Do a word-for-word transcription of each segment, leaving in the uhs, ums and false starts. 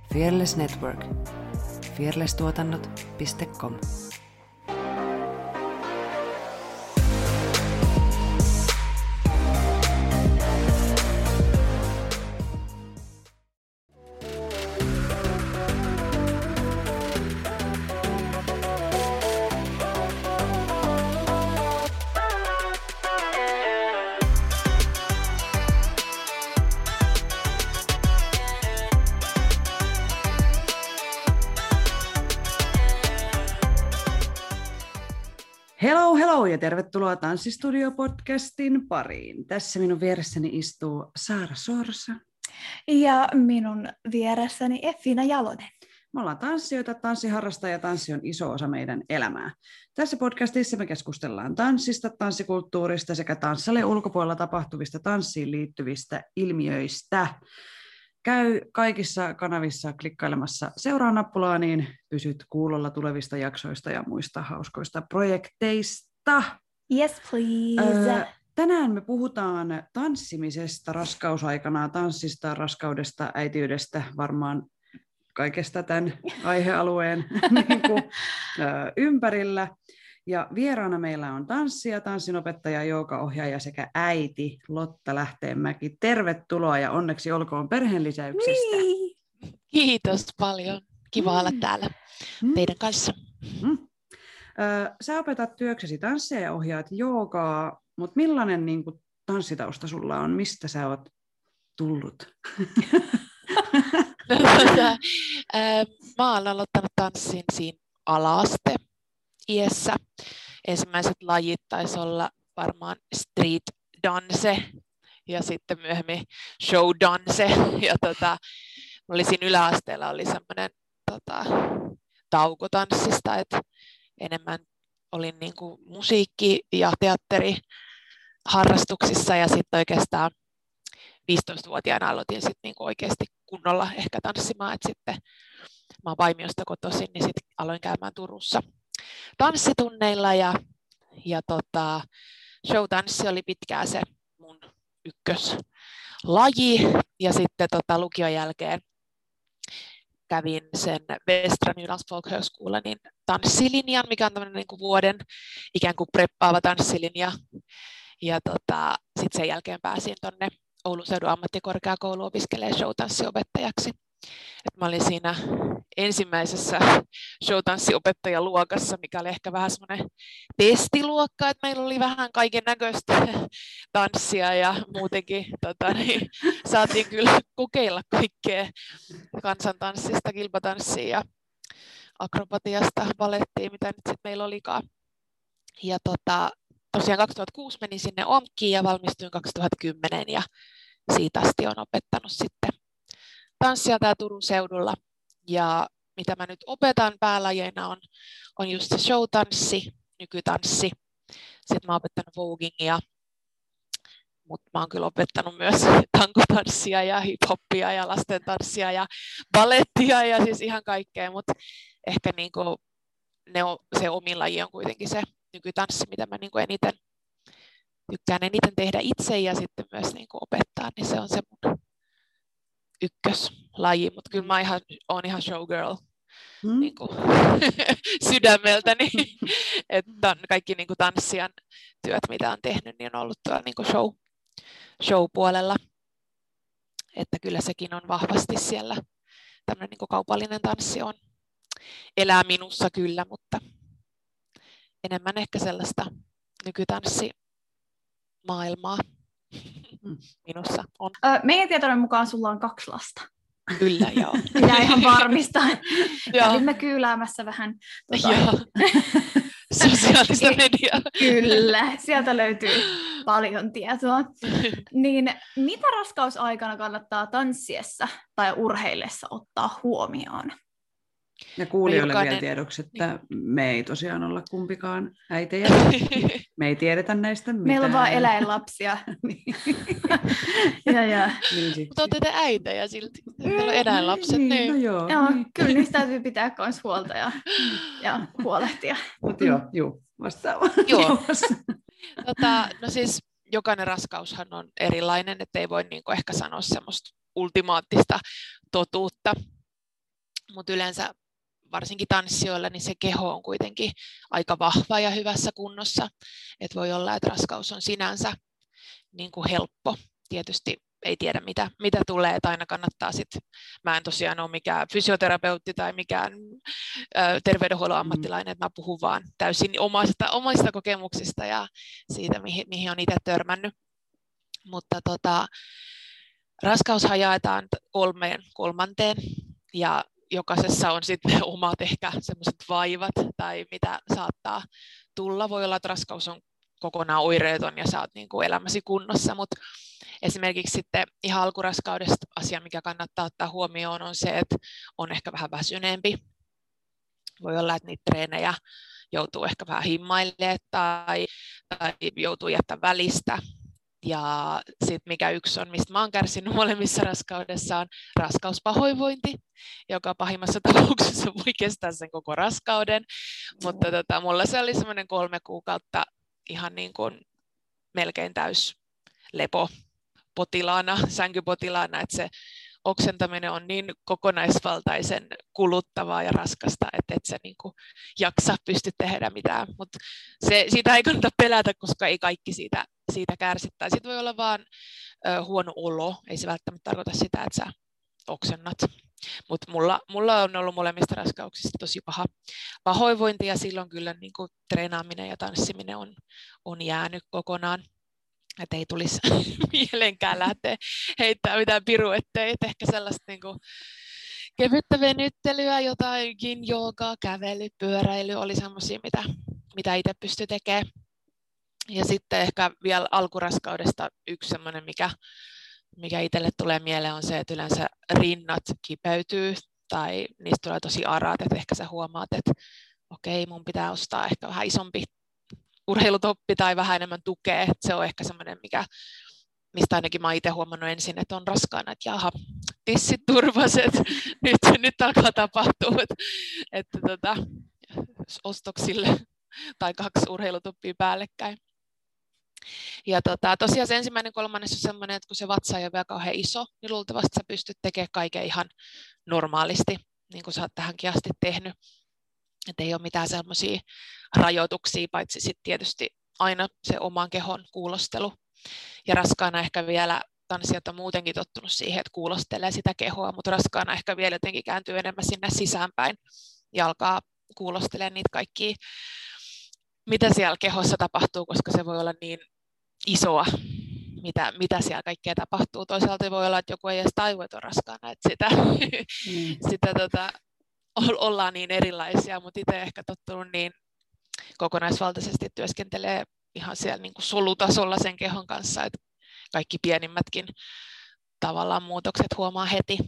Fearless Network. fearless tuotannot piste com. Hello, hello ja tervetuloa Tanssistudio-podcastin pariin. Tässä minun vieressäni istuu Saara Sorsa. Ja minun vieressäni Effina Jalonen. Me ollaan tanssijoita, tanssiharrastajia ja tanssi on iso osa meidän elämää. Tässä podcastissa me keskustellaan tanssista, tanssikulttuurista sekä tanssalien ulkopuolella tapahtuvista tanssiin liittyvistä ilmiöistä. Käy kaikissa kanavissa klikkailemassa seuraa-nappulaa, niin pysyt kuulolla tulevista jaksoista ja muista hauskoista projekteista. Yes, please. Öö, tänään me puhutaan tanssimisesta raskausaikana, tanssista, raskaudesta, äitiydestä, varmaan kaikesta tämän aihealueen niin kuin, öö, ympärillä. Ja vieraana meillä on tanssija, tanssinopettaja, joogaohjaaja sekä äiti Lotta Lähteenmäki. Tervetuloa ja onneksi olkoon perheenlisäyksestä. Niin. Kiitos paljon. Kiva mm. olla täällä mm. teidän kanssa. Mm. Sä opetat työksesi tanssia ja ohjaat joogaa, mutta millainen niin kuin, tanssitausta sulla on? Mistä sä oot tullut? Mä oon aloittanut tanssin siinä ala-aste iässä. Ensimmäiset lajit taisi olla varmaan street dance ja sitten myöhemmin show dance. Ja tota, oli siinä yläasteella oli semmoinen tota, taukotanssista, että enemmän olin niinku musiikki- ja teatteriharrastuksissa ja sitten oikeastaan viisitoistavuotiaana aloitin sitten niinku oikeasti kunnolla ehkä tanssimaan, että sitten mä oon Paimiosta kotoisin, niin sitten aloin käymään Turussa tanssitunneilla ja, ja tota, showtanssi oli pitkään se mun ykköslaji ja sitten tota, lukion jälkeen kävin sen Västra Nylands folkhögskolan tanssilinjan, mikä on tämmöinen niin kuin vuoden ikään kuin preppaava tanssilinja ja tota, sitten sen jälkeen pääsin tuonne Oulun seudun ammattikorkeakouluun opiskelemaan showtanssiopettajaksi. Et mä olin siinä ensimmäisessä showtanssiopettajaluokassa, mikä oli ehkä vähän semmoinen testiluokka, että meillä oli vähän kaiken näköistä tanssia ja muutenkin tota, niin, saatiin kyllä kokeilla kaikkea kansantanssista, kilpatanssia ja akrobatiasta, balettiin, mitä nyt sit meillä olikaan. Ja tota, tosiaan kaksituhattakuusi menin sinne O M Kiin ja valmistuin kaksituhattakymmenen ja siitä asti olen opettanut sitten tanssia täällä Turun seudulla. Ja mitä mä nyt opetan päälajeina on, on just se showtanssi, nykytanssi. Sitten mä oon opettanut voguingia, mutta mä oon kyllä opettanut myös tankotanssia ja hip-hoppia ja lastentanssia ja balettia ja siis ihan kaikkea. Mutta ehkä niinku ne on, se omin laji on kuitenkin se nykytanssi, mitä mä niinku eniten tykkään eniten tehdä itse ja sitten myös niinku opettaa, niin se on se mun ykköslaji, mutta kyllä mä ihan, oon ihan showgirl mm. niin kuin, sydämeltäni, että kaikki niin kuin tanssijan työt, mitä on tehnyt, niin on ollut tuolla niin kuin show, show-puolella, että kyllä sekin on vahvasti siellä, tämmöinen niin kuin kaupallinen tanssi on, elää minussa kyllä, mutta enemmän ehkä sellaista nykytanssimaailmaa. Minussa on. Meidän tietojen mukaan sulla on kaksi lasta. Kyllä, joo. Pitää ihan varmistaa. Kävimme kyyläämässä vähän tuota... sosiaalista mediaa. Kyllä, sieltä löytyy paljon tietoa. Niin mitä raskausaikana kannattaa tanssiessa tai urheillessa ottaa huomioon? Ja kuulijoille jokainen... vielä tiedoksi, että me ei tosiaan olla kumpikaan äitejä. Me ei tiedetä näistä mitään. Meillä on vaan eläinlapsia. ja, ja. Niin, mutta olette te äitejä silti. Meillä on eläinlapset. Niin, niin. No joo, joo niin. Kyllä niistä täytyy pitää myös huolta ja, ja huolehtia. Mutta joo, joo, vastaava. Joo. tota, no siis jokainen raskaushan on erilainen, että ei voi niinku ehkä sanoa semmoista ultimaattista totuutta. mutta yleensä varsinkin tanssijoilla niin se keho on kuitenkin aika vahva ja hyvässä kunnossa. Et voi olla, että raskaus on sinänsä niin kuin helppo. Tietysti ei tiedä, mitä, mitä tulee, että aina kannattaa sitten, mä en tosiaan ole mikään fysioterapeutti tai mikään ö, terveydenhuollon ammattilainen, että mä puhun vaan täysin omasta, omista kokemuksista ja siitä, mihin, mihin on itse törmännyt. Mutta tota, raskaushan jaetaan kolmeen kolmanteen, ja jokaisessa on sitten omat ehkä semmoiset vaivat, tai mitä saattaa tulla. Voi olla, että raskaus on kokonaan oireeton ja sä oot niin kuin elämäsi kunnossa, mutta esimerkiksi sitten ihan alkuraskaudesta asia, mikä kannattaa ottaa huomioon, on se, että on ehkä vähän väsyneempi. Voi olla, että niitä treenejä joutuu ehkä vähän himmailemaan tai, tai joutuu jättämään välistä. Ja sitten mikä yksi on, mistä mä oon kärsinyt molemmissa raskaudessa, on raskauspahoinvointi, joka pahimmassa tapauksessa voi kestää sen koko raskauden. Mutta tota, mulla se oli semmoinen kolme kuukautta ihan niin kuin melkein täys lepo potilaana, sänkypotilaana, että se oksentaminen on niin kokonaisvaltaisen kuluttavaa ja raskasta, että et sä niinku jaksa pysty tehdä mitään. Mutta siitä ei kannata pelätä, koska ei kaikki siitä, siitä kärsittää. Sitten voi olla vaan ö, huono olo. Ei se välttämättä tarkoita sitä, että sä oksennat. Mutta mulla, mulla on ollut molemmista raskauksista tosi paha pahoinvointi, ja silloin kyllä niinku treenaaminen ja tanssiminen on, on jäänyt kokonaan. Että ei tulisi mielenkään lähteä heittämään mitään piruetteja, ehkä sellaista niin kuin kevyttä venyttelyä, jotain yin-joogaa, kävely, pyöräily oli semmoisia, mitä, mitä itse pystyi tekemään. Ja sitten ehkä vielä alkuraskaudesta yksi semmoinen, mikä, mikä itselle tulee mieleen, on se, että yleensä rinnat kipeytyy tai niistä tulee tosi araat, että ehkä sä huomaat, että okei, mun pitää ostaa ehkä vähän isompi urheilutoppi tai vähän enemmän tukea. Se on ehkä semmoinen, mikä, mistä ainakin mä oon itse huomannut ensin, että on raskaana, että jaha, tissit turvaset, nyt, nyt alkaa tapahtua, että, että tota, ostoksille tai kaksi urheilutoppia päällekkäin. Ja tota, tosiaan se ensimmäinen kolmannes on semmoinen, että kun se vatsa ei ole vielä kauhean iso, niin luultavasti sä pystyt tekemään kaiken ihan normaalisti, niin kuin sä oot tähänkin asti tehnyt. Että ei ole mitään semmoisia rajoituksia, paitsi sitten tietysti aina se oman kehon kuulostelu. Ja raskaana ehkä vielä, tanssijat on muutenkin tottunut siihen, että kuulostelee sitä kehoa, mutta raskaana ehkä vielä jotenkin kääntyy enemmän sinne sisäänpäin ja alkaa kuulostelemaan niitä kaikkia, mitä siellä kehossa tapahtuu, koska se voi olla niin isoa, mitä, mitä siellä kaikkea tapahtuu. Toisaalta voi olla, että joku ei edes tajua, että on raskaana, että sitä, mm. sitä tota, ollaan niin erilaisia, mutta itse ehkä tottunut niin kokonaisvaltaisesti työskentelee ihan siellä niin kuin solutasolla sen kehon kanssa, että kaikki pienimmätkin tavallaan muutokset huomaa heti.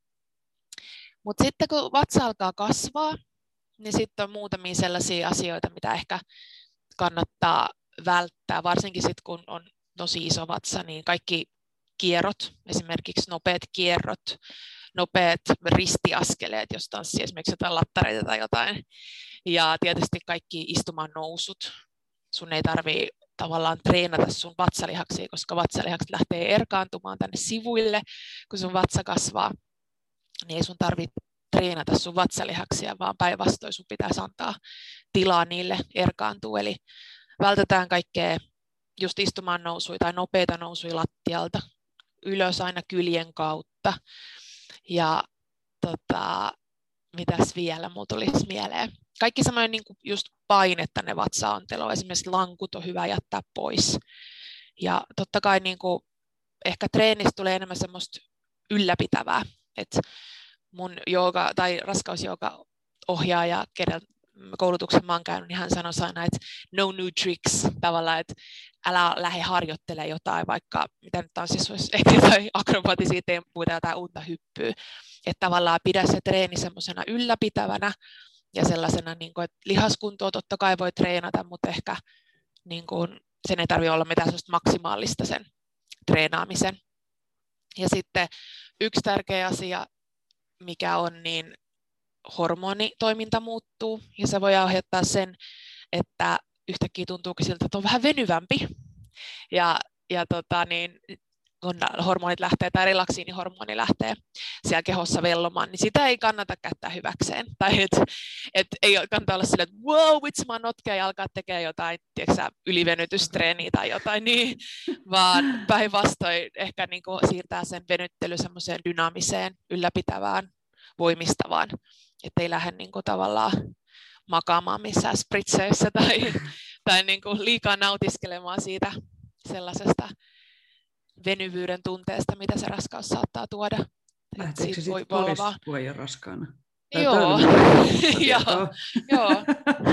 Mutta sitten kun vatsa alkaa kasvaa, niin sitten on muutamia sellaisia asioita, mitä ehkä kannattaa välttää, varsinkin sitten kun on tosi iso vatsa, niin kaikki kierrot, esimerkiksi nopeat kierrot, nopeat ristiaskeleet, jos tanssii esimerkiksi jotain lattareita tai jotain. Ja tietysti kaikki istumaan nousut. Sun ei tarvitse tavallaan treenata sun vatsalihaksia, koska vatsalihakset lähtee erkaantumaan tänne sivuille, kun sun vatsa kasvaa. Niin ei sun tarvitse treenata sun vatsalihaksia, vaan päinvastoin sun pitäisi antaa tilaa niille erkaantua. Eli vältetään kaikkea just istumaan nousuja tai nopeita nousuja lattialta, ylös aina kyljen kautta. Ja tota, mitäs vielä mulla tulisi mieleen? Kaikki semmoinen niin kuin just painetta ne vatsa-antelo, esimerkiksi lankut on hyvä jättää pois. Ja totta kai niin kuin, ehkä treenistä tulee enemmän semmoista ylläpitävää. Et mun jooga tai raskausjooga ohjaaja, kenen koulutuksen mä oon käynyt, niin hän sanoi aina, että no new tricks, tavallaan, että älä lähde harjoittelemaan jotain, vaikka mitä nyt on siis olisi ehkä jotain akrobaatisia temppuja tai jotain uutta hyppyä. Että tavallaan pidä se treeni semmoisena ylläpitävänä ja sellaisena, niin kuin, että lihaskuntoa totta kai voi treenata, mutta ehkä niin kuin, sen ei tarvitse olla mitään sellaista maksimaalista sen treenaamisen. Ja sitten yksi tärkeä asia, mikä on, niin hormonitoiminta muuttuu, ja se voi aiheuttaa sen, että yhtäkkiä tuntuukin siltä, että on vähän venyvämpi. Ja, ja tota, niin, kun hormonit lähtee tai relaksiinihormoni lähtee siellä kehossa vellomaan, niin sitä ei kannata käyttää hyväkseen. Tai että et ei kannata olla silleen, että wow, vitsi mä oon notkea ja alkaa tekemään jotain, tiedätkö, ylivenytystreeniä tai jotain, niin, vaan päinvastoin ehkä niin kuin siirtää sen venyttely semmoiseen dynaamiseen, ylläpitävään, voimistavaan, ettei lähde niin kuin tavallaan makaamaan missään spritseissä tai, tai niin kuin liikaa nautiskelemaan siitä sellaisesta venyvyyden tunteesta, mitä se raskaus saattaa tuoda. Lähteekö se sitten pois, kun ei ole raskaana? Joo. Joo. Joo.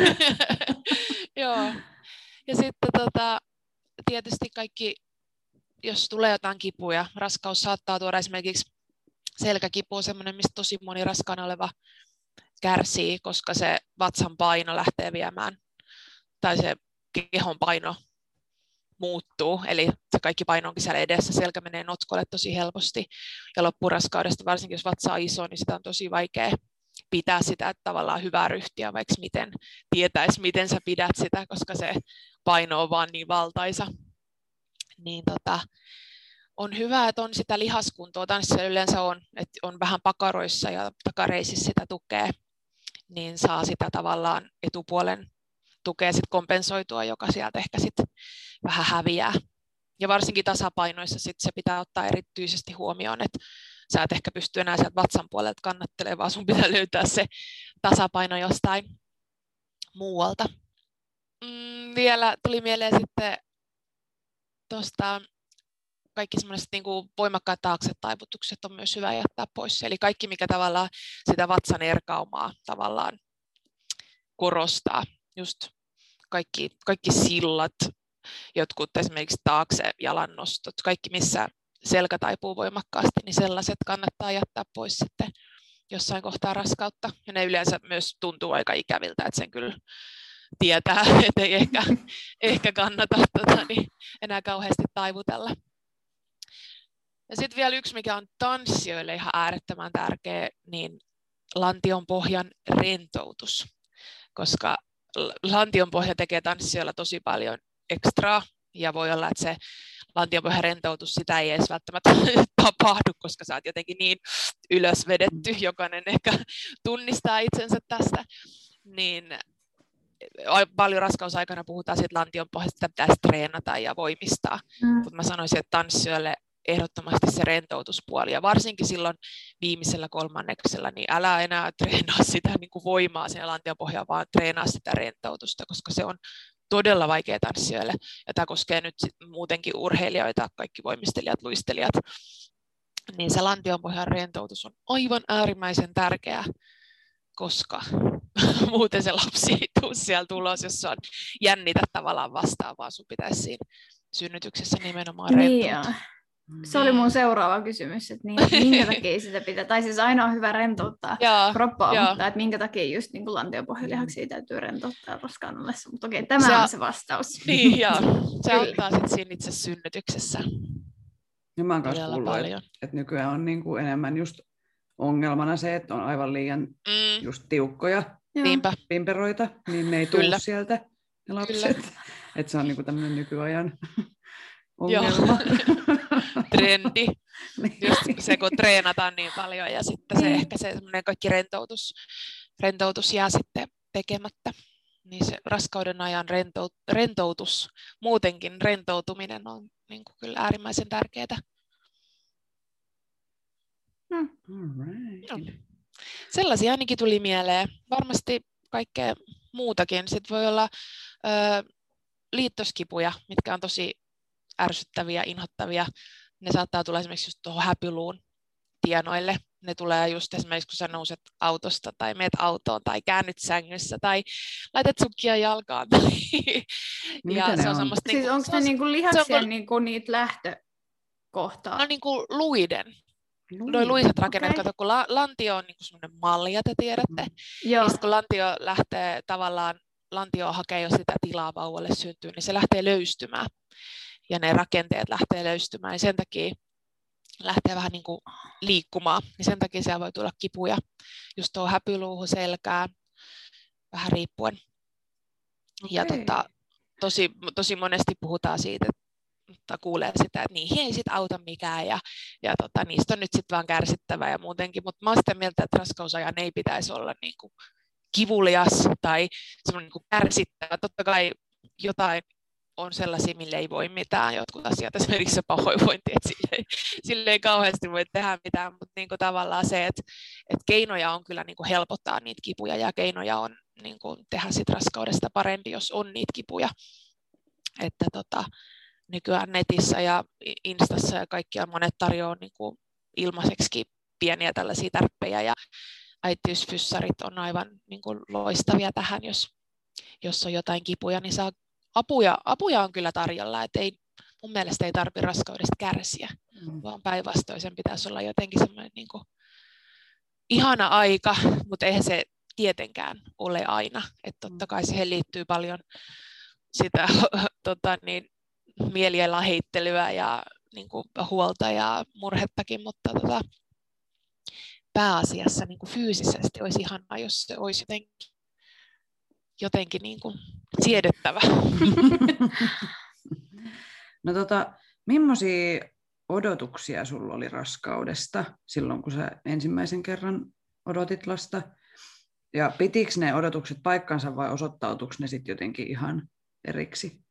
Joo. Ja sitten tota, tietysti kaikki, jos tulee jotain kipuja, raskaus saattaa tuoda esimerkiksi selkäkipu, semmoinen, mistä tosi moni raskaana oleva kärsii, koska se vatsan paino lähtee viemään, tai se kehon paino muuttuu, eli se kaikki paino onkin siellä edessä, selkä menee notkolle tosi helposti, ja loppuraskaudesta, varsinkin jos vatsa on iso, niin sitä on tosi vaikea pitää sitä että tavallaan hyvää ryhtiä, vaikka miten tietäisi, miten sä pidät sitä, koska se paino on vaan niin valtaisa. Niin tota, on hyvä, että on sitä lihaskuntoa, tanssilla yleensä on, että on vähän pakaroissa ja takareisissa sitä tukea, niin saa sitä tavallaan etupuolen tukea sit kompensoitua, joka sieltä ehkä sit vähän häviää. Ja varsinkin tasapainoissa sit se pitää ottaa erityisesti huomioon, että sä et ehkä pysty enää sieltä vatsan puolelta kannattelemaan, vaan sun pitää löytää se tasapaino jostain muualta. Mm, vielä tuli mieleen sitten tuosta kaikki semmoiset niin kuin voimakkaat taaksetaivutukset on myös hyvä jättää pois. Eli kaikki, mikä tavallaan sitä vatsan erkaumaa tavallaan korostaa. Just kaikki, kaikki sillat, jotkut esimerkiksi taakse jalannostot, kaikki missä selkä taipuu voimakkaasti, niin sellaiset kannattaa jättää pois sitten jossain kohtaa raskautta. Ja ne yleensä myös tuntuu aika ikäviltä, että sen kyllä tietää, että ei ehkä, ehkä kannata tota, niin enää kauheasti taivutella. Ja sitten vielä yksi, mikä on tanssijoille ihan äärettömän tärkeä, niin lantion pohjan rentoutus. Koska lantion pohja tekee tanssijoilla tosi paljon ekstraa, ja voi olla, että se lantionpohjan rentoutus, sitä ei edes välttämättä tapahdu, koska sä oot jotenkin niin ylös vedetty, jokainen ehkä tunnistaa itsensä tästä, niin paljon raskausaikana puhutaan siitä lantionpohjasta, että pitäisi treenata ja voimistaa, mm. mutta mä sanoisin, että tanssijoille ehdottomasti se rentoutuspuoli, ja varsinkin silloin viimeisellä kolmanneksella, niin älä enää treenaa sitä niin kuin voimaa siinä lantionpohjaan, vaan treenaa sitä rentoutusta, koska se on todella vaikea tanssijoille, ja tämä koskee nyt muutenkin urheilijoita, kaikki voimistelijat, luistelijat, niin se lantionpohjan rentoutus on aivan äärimmäisen tärkeää, koska muuten se lapsi ei tule siellä tulos, jos on jännitä tavallaan vastaan, vaan sun pitäisi siinä synnytyksessä nimenomaan rentoutua. Niin se oli mun seuraava kysymys, että niin, minkä takia sitä pitää, tai siis aina on hyvä rentouttaa kroppaa, joo. Mutta että minkä takia just niin lantionpohjalihaksia täytyy rentouttaa raskaan ollessa, mutta okei, tämä se on se vastaus. Niin, joo. Se auttaa sitten siinä itse synnytyksessä. Ja mä oon kanssa kuullut, että, että nykyään on niin kuin enemmän just ongelmana se, että on aivan liian mm. just tiukkoja Niinpä. pimperoita, niin ne ei tule sieltä ne lapset. Että se on niin kuin tämmöinen nykyajan ongelma. Trendi. Just se, kun treenataan niin paljon ja sitten se ehkä se kaikki rentoutus, rentoutus jää sitten tekemättä. Niin se raskauden ajan rentout, rentoutus, muutenkin rentoutuminen on niin kuin kyllä äärimmäisen tärkeää. Hmm. Right. No. Sellaisia ainakin tuli mieleen. Varmasti kaikkea muutakin. Sitten voi olla ö, liittoskipuja, mitkä on tosi ärsyttäviä, inhottavia. Ne saattaa tulla esimerkiksi just tuohon häpyluun tienoille. Ne tulee just esimerkiksi, kun sä nouset autosta tai meet autoon tai käännyt sängyssä tai laitat sukkia jalkaan. Ja se on, on? Semmoista, siis niinku, onko ne niinku lihaksien on, niinku niitä lähtökohtaa? No niinku luiden. Noi luiset rakennet, okay. Kato, kun la, lantio on niinku semmoinen malja, te tiedätte. Mm. Joo. Kun lantio lähtee tavallaan, lantio hakee jo sitä tilaa vauvalle syntyy, niin se lähtee löystymään. Ja ne rakenteet lähtee löystymään, niin sen takia lähtee vähän niin kuin liikkumaan, niin sen takia siellä voi tulla kipuja, just tuo häpyluuhun, selkään, vähän riippuen. Okay. Ja tota, tosi, tosi monesti puhutaan siitä, että mutta kuulee sitä, että niihin ei sit auta mikään ja, ja tota, niistä on nyt sitten vaan kärsittävä ja muutenkin, mutta mä oon sitä mieltä, että raskausajan ei pitäisi olla niin kuin kivulias tai semmoinen niin kuin kärsittävä. Totta kai jotain on sellaisia, mille ei voi mitään, jotkut asiat, esimerkiksi se pahoinvointi, että sille ei, sille ei kauheasti voi tehdä mitään, mutta niin kuin tavallaan se, että, että keinoja on kyllä niin kuin helpottaa niitä kipuja ja keinoja on niin kuin tehdä sit raskaudesta parempi, jos on niitä kipuja. Että tota, nykyään netissä ja Instassa ja kaikkia monet tarjoaa niin kuin ilmaiseksi pieniä tällaisia tärppejä ja äitiysfyssarit on aivan niin kuin loistavia tähän, jos, jos on jotain kipuja, niin saa apuja, apuja on kyllä tarjolla, että ei, mun mielestä ei tarvitse raskaudesta kärsiä, mm. vaan päinvastoin sen pitäisi olla jotenkin semmoinen niin kuin ihana aika, mutta eihän se tietenkään ole aina, että totta kai siihen liittyy paljon sitä tota, niin, mielialan heittelyä ja niin kuin huolta ja murhettakin, mutta tota, pääasiassa niin kuin fyysisesti olisi ihanaa, jos se olisi jotenkin, jotenkin niin kuin siedettävä. No tota, millaisia odotuksia sulla oli raskaudesta silloin, kun sä ensimmäisen kerran odotit lasta? Ja pitikö ne odotukset paikkansa vai osoittautuiko ne sitten jotenkin ihan eriksi?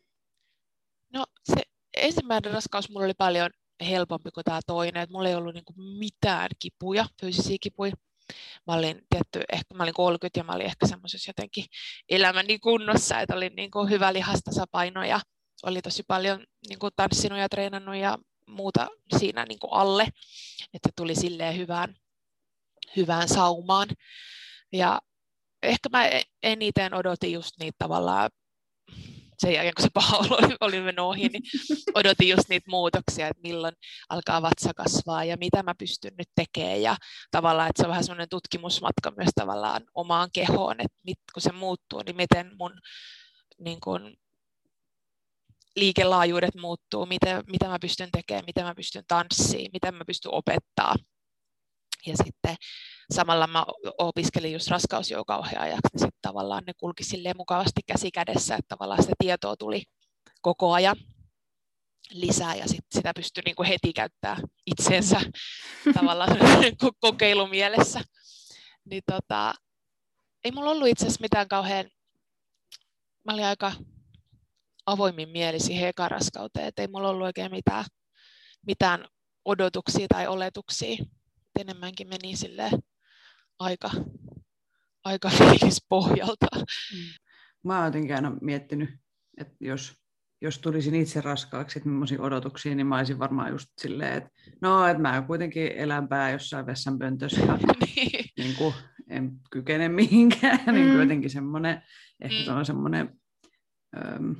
No se ensimmäinen raskaus mulla oli paljon helpompi kuin tämä toinen. Mulla ei ollut niinku mitään kipuja, fyysisiä kipuja. Mä olin, tietty, ehkä, mä olin kolmekymmentä ja mä olin ehkä semmoisessa jotenkin elämäni kunnossa, että olin niinku hyvä lihastasapaino ja oli tosi paljon niinku tanssinut ja treenannut ja muuta siinä niinku alle, että tuli silleen hyvään, hyvään saumaan. Ja ehkä mä eniten odotin just niitä tavallaan, sen jälkeen kun se paha olo oli, oli mennyt ohi, niin odotin just niitä muutoksia, että milloin alkaa vatsa kasvaa ja mitä mä pystyn nyt tekemään. Ja tavallaan, että se on vähän semmoinen tutkimusmatka myös tavallaan omaan kehoon, että mit, kun se muuttuu, niin miten mun niin kun, liikelaajuudet muuttuu, mitä, mitä mä pystyn tekemään, mitä mä pystyn tanssimaan, mitä mä pystyn opettaa. Ja sitten samalla mä opiskelin just raskausjoukauheajaksi, niin sitten tavallaan ne kulki silleen mukavasti käsi kädessä, että tavallaan sitä tietoa tuli koko ajan lisää ja sit sitä pystyi niinku heti käyttämään itseensä tavallaan kokeilumielessä. Niin tota, ei mulla ollut itse asiassa mitään kauhean, mä olin aika avoimin mieli siihen ekaan raskauteen, että ei mulla ollut oikein mitään, mitään odotuksia tai oletuksia. Enemmänkin meni silleen aika, aika fiilispohjalta. Mä oon jotenkin aina miettinyt, että jos, jos tulisin itse raskaaksi, että millaisia odotuksia, niin mä olisin varmaan just silleen, että no, että mä kuitenkin elänpää jossain vessanpöntössä ja niin. Niin kuin, en kykene mihinkään. Mm. Niin kuin jotenkin semmoinen, ehkä mm. se on semmoinen ähm,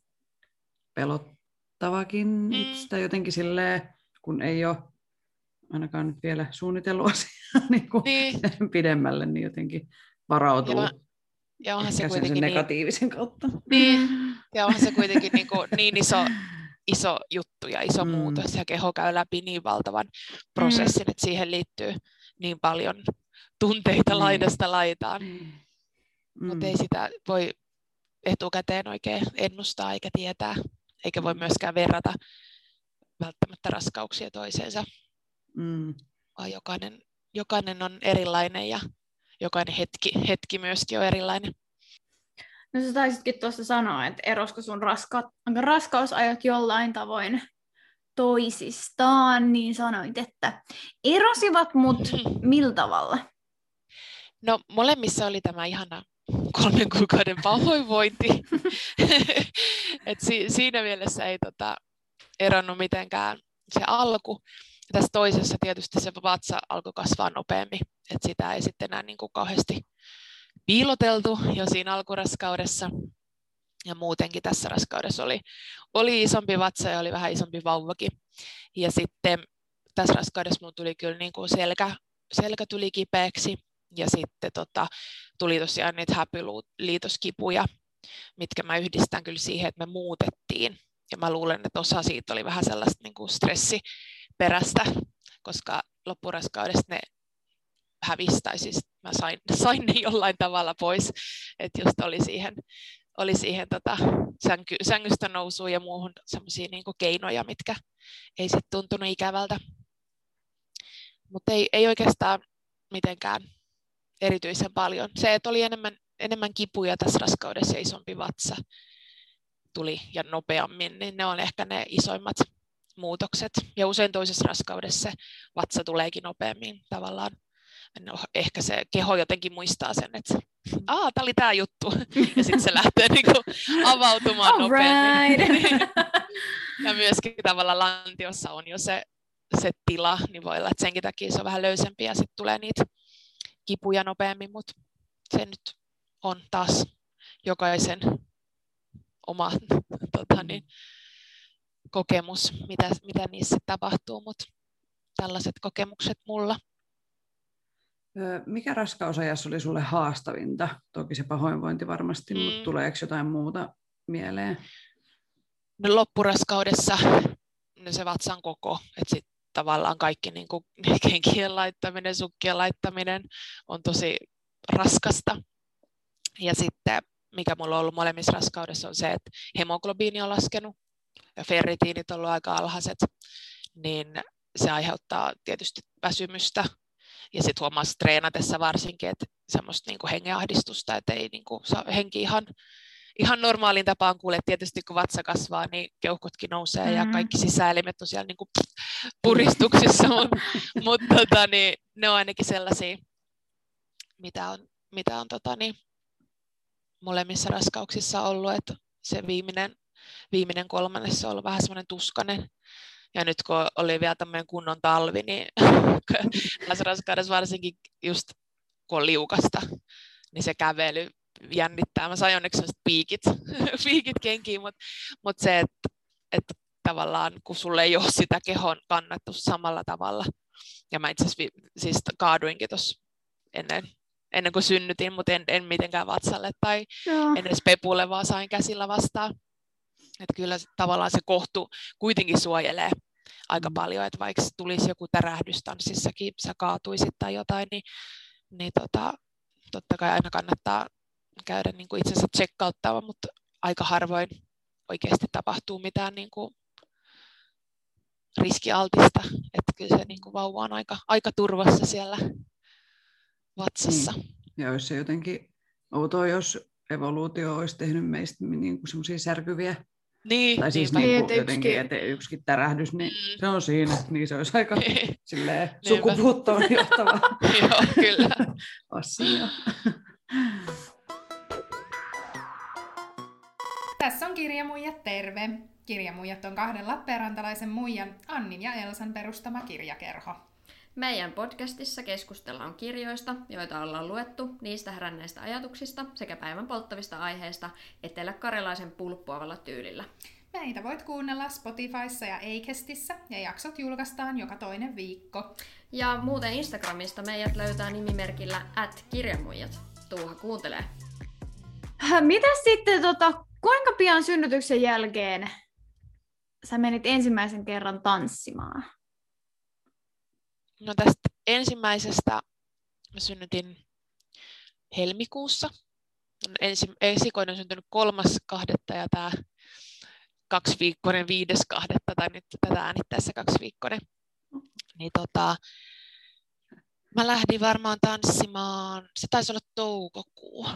pelottavakin mm. itse jotenkin silleen, kun ei ole ainakaan nyt vielä suunnitellut asiaa niin kuin niin. pidemmälle, niin jotenkin varautuu ja, ja onhan se kuitenkin sen negatiivisen niin, kautta. Niin, ja onhan se kuitenkin niin, kuin, niin iso, iso juttu ja iso mm. muutos, ja keho käy läpi niin valtavan prosessin, mm. että siihen liittyy niin paljon tunteita mm. laidasta laitaan. Mm. Mutta ei sitä voi etukäteen oikein ennustaa eikä tietää, eikä voi myöskään verrata välttämättä raskauksia toiseensa. Mm. Vaan jokainen, jokainen on erilainen ja jokainen hetki, hetki myöskin on erilainen. No sä taisitkin tuossa sanoa, että erosko sun raska- raskausajat jollain tavoin toisistaan, niin sanoit, että erosivat, mutta millä tavalla? No molemmissa oli tämä ihana kolmen kuukauden pahoinvointi. Et si- siinä mielessä ei tota, eronnut mitenkään se alku. Tässä toisessa tietysti se vatsa alkoi kasvaa nopeammin, että sitä ei sitten enää niin kuin kauheasti piiloteltu jo siinä alkuraskaudessa. Ja muutenkin tässä raskaudessa oli, oli isompi vatsa ja oli vähän isompi vauvakin. Ja sitten tässä raskaudessa minulla tuli kyllä niin kuin selkä, selkä tuli kipeäksi ja sitten tota, tuli tosiaan niitä häpyliitoskipuja, mitkä mä yhdistän kyllä siihen, että me muutettiin. Ja mä luulen, että osa siitä oli vähän sellaista niin kuin stressiperäistä, koska loppuraskaudesta ne hävisi, tai siis mä sain, sain ne jollain tavalla pois, että just oli siihen oli siihen tota, sänky, sängystä nousuun ja muuhun semmoisia niin kuin keinoja, mitkä ei sitten tuntunut ikävältä. Mutta ei, ei oikeastaan mitenkään erityisen paljon. Se, että oli enemmän, enemmän kipuja tässä raskaudessa ja isompi vatsa tuli ja nopeammin, niin ne on ehkä ne isoimmat muutokset. Ja usein toisessa raskaudessa se vatsa tuleekin nopeammin tavallaan. No, ehkä se keho jotenkin muistaa sen, että aah, tämä oli tämä juttu. Ja sitten se lähtee niinku avautumaan All nopeammin. right. Ja myöskin tavallaan lantiossa on jo se, se tila, niin voi olla, että senkin takia se on vähän löysempi ja sitten tulee niitä kipuja nopeammin, mutta se nyt on taas jokaisen oma tota, niin, kokemus, mitä, mitä niissä tapahtuu, mutta tällaiset kokemukset mulla. Mikä raskausajassa oli sulle haastavinta? Toki se pahoinvointi varmasti, mm. mutta tuleeko jotain muuta mieleen? No, loppuraskaudessa no se vatsan koko, että sitten tavallaan kaikki niin kuin kenkien laittaminen, sukkien laittaminen on tosi raskasta. Ja sitten, mikä mulla on ollut molemmissa raskaudessa, on se, että hemoglobiini on laskenut ja ferritiinit on ollut aika alhaiset, niin se aiheuttaa tietysti väsymystä. Ja sitten huomaa treenatessa varsinkin, että semmoista niinku hengenahdistusta, että ei niinku saa henki ihan, ihan normaaliin tapaan kuule. Tietysti kun vatsa kasvaa, niin keuhkotkin nousee mm-hmm. ja kaikki sisäelimet on siellä niinku puristuksissa, mutta mut, tota, niin, ne on ainakin sellaisia, mitä on, mitä on tota, niin, molemmissa raskauksissa ollut, että se viimeinen, viimeinen kolmannes on ollut vähän semmoinen tuskainen. Ja nyt kun oli vielä tämmöinen kunnon talvi, niin tässä raskaudessa varsinkin just kun on liukasta, niin se kävely jännittää. Mä sain onneksi sellaiset piikit, piikit kenkiin, mutta mut se, että et tavallaan kun sulle ei ole sitä kehon kannattu samalla tavalla. Ja mä itse asiassa siis kaaduinkin tuossa ennen, ennen kuin synnytin, mutta en, en mitenkään vatsalle tai Joo. en edes pepulle, vaan sain käsillä vastaan. Että kyllä tavallaan se kohtu kuitenkin suojelee aika paljon, että vaikka tulisi joku tärähdys tanssissakin, sä kaatuisit tai jotain, niin, niin tota, totta kai aina kannattaa käydä niin kuin itsensä tsekkauttava, mutta aika harvoin oikeasti tapahtuu mitään niin kuin riskialtista, että kyllä se niin kuin vauva on aika, aika turvassa siellä vatsassa. Niin. Ja olisi se jotenkin outoa, jos evoluutio olisi tehnyt meistä niin kuin semmoisia särkyviä. Niin, tai siis niin, niin että jotenkin, että yksikin tärähdys, niin mm. se on siinä, niin se olisi aika silleen Niinpä. sukupuuttoon johtava Joo, kyllä. asia. Tässä on Kirjamuijat, terve! Kirjamuijat on kahden lappeenrantalaisen muijan, Annin ja Elsan perustama kirjakerho. Meidän podcastissa keskustellaan kirjoista, joita ollaan luettu, niistä heränneistä ajatuksista sekä päivän polttavista aiheista eteläkarjalaisen pulppuavalla tyylillä. Meitä voit kuunnella Spotifyssa ja Acastissa ja jaksot julkaistaan joka toinen viikko. Ja muuten Instagramista meidät löytää nimimerkillä at kirjamuijat. Tuuha kuuntelee. Mitä sitten, tota, kuinka pian synnytyksen jälkeen sä menit ensimmäisen kerran tanssimaan? No tästä ensimmäisestä mä synnytin helmikuussa. Ensi, esikoinen on syntynyt kolmas kahdetta ja tämä kaksiviikkoinen viides kahdetta, tai nyt tätä äänittäessä kaksiviikkoinen. Niin tota, mä lähdin varmaan tanssimaan, se taisi olla toukokuu.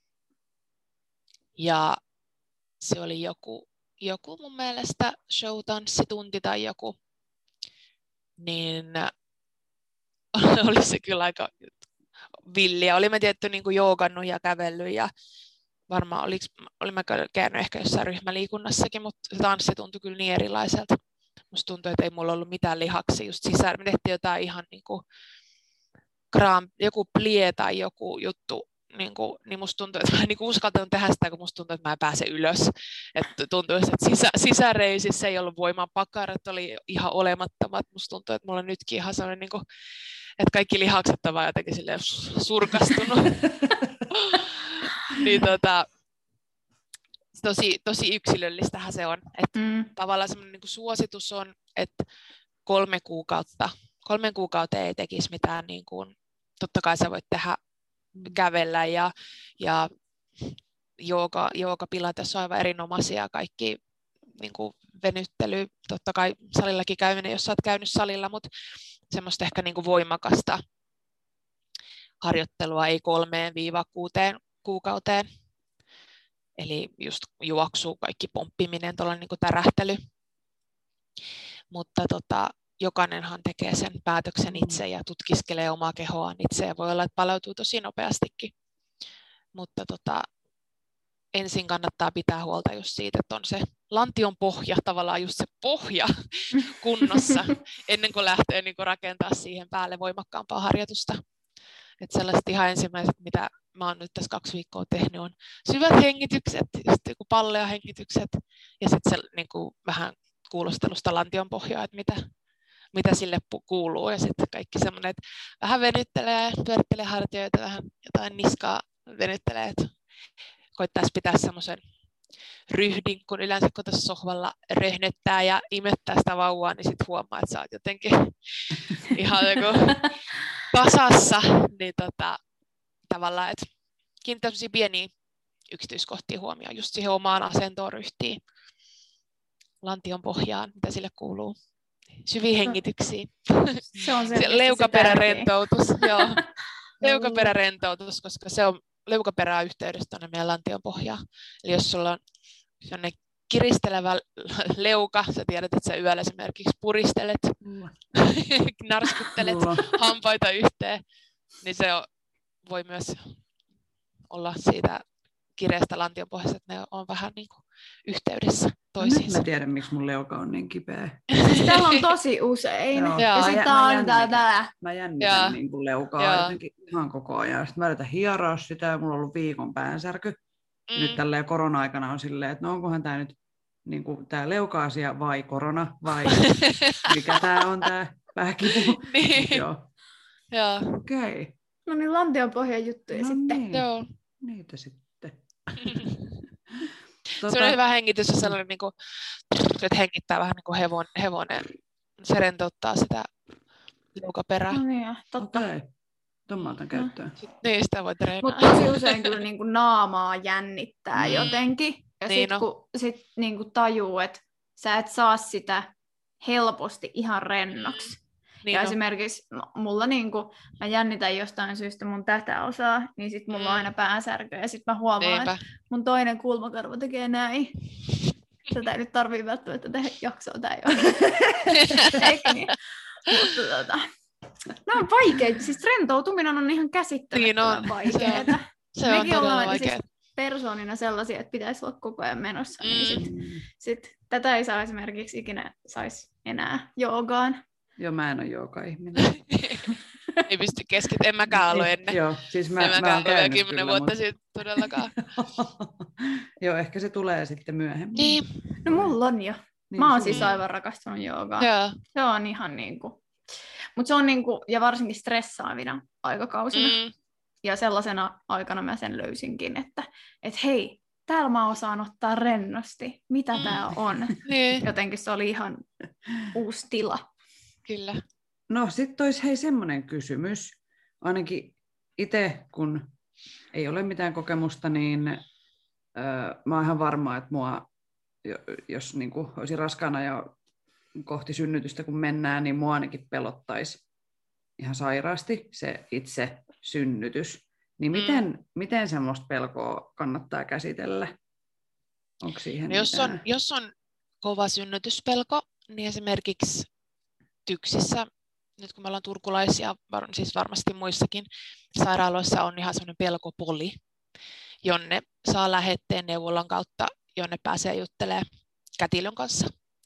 Ja se oli joku, joku mun mielestä show-tanssitunti tai joku, niin oli se kyllä aika villiä. Olimme tietty niin kuin joogannut ja kävellyt ja varmaan oliks, olin mä käynyt ehkä jossain ryhmäliikunnassakin, mutta se tanssi tuntui kyllä niin erilaiselta. Musta tuntui, että ei mulla ollut mitään lihaksia just sisällä. Me tehtiin jotain ihan niin kuin kram, joku plie tai joku juttu, niin, kuin, niin musta tuntui, että mä en niin uskaltanut tehdä sitä, kun musta tuntui, että mä en pääse ylös. Että tuntui, että sisä, sisäreisissä ei ollut voimaa, pakarat oli ihan olemattomat. Musta tuntui, että mulla on nytkin ihan sellainen, niin kuin, että kaikki lihakset on vaan jotenkin silleen surkastunut. Niin tota, tosi, tosi yksilöllistähän se on. Että mm. tavallaan semmoinen niin kuin suositus on, että kolme kuukautta, kolmen kuukautta ei tekisi mitään, niin kuin, totta kai sä voit tehdä kävellä ja, ja jooga, jooga pilates on aivan erinomaisia, kaikki niin kuin venyttely, totta kai salillakin käyminen, jos sä oot käynyt salilla, mutta semmoista ehkä niin kuin voimakasta harjoittelua ei kolmeen viiva kuuteen kuukauteen. Eli just juoksu, kaikki pomppiminen, tuollainen niin kuin tärähtely. Mutta tota, jokainenhan tekee sen päätöksen itse ja tutkiskelee omaa kehoaan itse ja voi olla, että palautuu tosi nopeastikin. Mutta tota, ensin kannattaa pitää huolta just siitä, että on se lantion pohja, tavallaan just se pohja kunnossa, ennen kuin lähtee niin kuin rakentaa siihen päälle voimakkaampaa harjoitusta. Että sellaiset ihan ensimmäiset, mitä mä oon nyt tässä kaksi viikkoa tehnyt, on syvät hengitykset, just joku pallea hengitykset ja sitten se niin kuin vähän kuulostelusta lantion pohjaa, että mitä, mitä sille kuuluu. Ja sitten kaikki semmoinen, että vähän venyttelee, pyörittelee hartioita, vähän jotain niskaa venyttelee, että koittaisi pitää semmoisen ryhdin, kun yleensä kun tässä sohvalla röhnöttää ja imettää sitä vauvaa, niin sitten huomaa, että sä oot jotenkin ihan joku kasassa, niin tota, tavallaan, että kiinnittää semmoisia pieniä yksityiskohtia huomioon, just siihen omaan asentoon, ryhtiin, lantion pohjaan, mitä sille kuuluu, syviä hengityksiä, se on leukaperärentoutus, joo, leukaperärentoutus, koska se on leukaperää yhteydessä tuonne meidän lantion pohjaan. Eli jos sulla on sellainen kiristelevä leuka, sä tiedät, että sä yöllä esimerkiksi puristelet, mm. narskuttelet mm. hampaita yhteen, niin se on, voi myös olla siitä kireästä lantion pohjasta, että ne on vähän niin kuin yhteydessä toisiinsa. Nyt mä tiedän, miksi mun leuka on niin kipeä. Siis täällä on tosi usein. Joo. Ja sitten tää on tää. Mä jännitän niin kuin leukaa jotenkin ihan koko ajan. Sitten mä yritän hieroa sitä ja mulla on ollut viikon päänsärky. Mm. Nyt tälleen korona-aikana on silleen, että no onkohan tää nyt niin kuin tää leuka-asia vai korona vai mikä tää on tää pääkipu. Niin. Joo. Joo. Okei. Okay. No niin, lantion pohjan juttuja no sitten. Niin. Joo. Niitä sitten. Tota... Se on hyvä hengitys, sellainen, niin kuin, että hengittää vähän niin kuin hevon, hevonen. Se rentouttaa sitä leukaperää. No niin, totta. Okei. Okay. Tuon mä otan käyttöön. Niin, sitä voi treenaa. Mutta tosi usein kyllä niin kuin naamaa jännittää mm. jotenkin. Ja niin sitten no. kun sit niin kuin tajuu, että sä et saa sitä helposti ihan rennoksi. Niin ja no. esimerkiksi mulla niinku, mä jännitän jostain syystä mun tätä osaa, niin sit mulla mm. on aina päänsärky ja sit mä huomaan, Niinpä. että mun toinen kulmakarva tekee näin. Tätä ei nyt tarvii välttämättä tehdä jaksoa, tää ei ole. Eikä niin. Mutta tota, nämä on vaikeita, siis rentoutuminen on ihan käsittämättömän niin vaikeeta. Se, se on todella vaikeaa. Siis persoonina sellaisia, että pitäisi olla koko ajan menossa, mm. niin sit, sit tätä ei saa esimerkiksi ikinä saisi enää joogaan. Joo, mä en ole jooga-ihminen. Ei pysty keskittymään, en mäkään ollut ennen. Joo, siis mä, en mä mäkään oon käynyt kymmenen kyllä, vuotta mutta... sitten todellakaan. Joo, ehkä se tulee sitten myöhemmin. Niin. No mulla on jo. Niin, mä oon siis aivan rakastunut joogaa. Joo. Se on ihan niinku... Mutta se on niinku, ja varsinkin stressaavina aikakausina. Mm. Ja sellaisena aikana mä sen löysinkin, että et hei, täällä mä osaan ottaa rennosti. Mitä mm. tää on? Niin. Jotenkin se oli ihan uusi tila. Kyllä. No sitten olisi hei semmoinen kysymys, ainakin itse kun ei ole mitään kokemusta, niin öö, mä oon ihan varma, että mua, jos niin kuin olisi raskaana ja kohti synnytystä kun mennään, niin mua ainakin pelottaisi ihan sairaasti se itse synnytys. Niin miten, mm. miten semmoista pelkoa kannattaa käsitellä? Onko siihen no jos, mitään? on, jos on kova synnytyspelko, niin esimerkiksi TYKSissä, nyt kun me ollaan turkulaisia, siis varmasti muissakin sairaaloissa on ihan semmoinen pelkopoli, jonne saa lähetteen neuvolan kautta, jonne pääsee juttelemaan kätilön kanssa.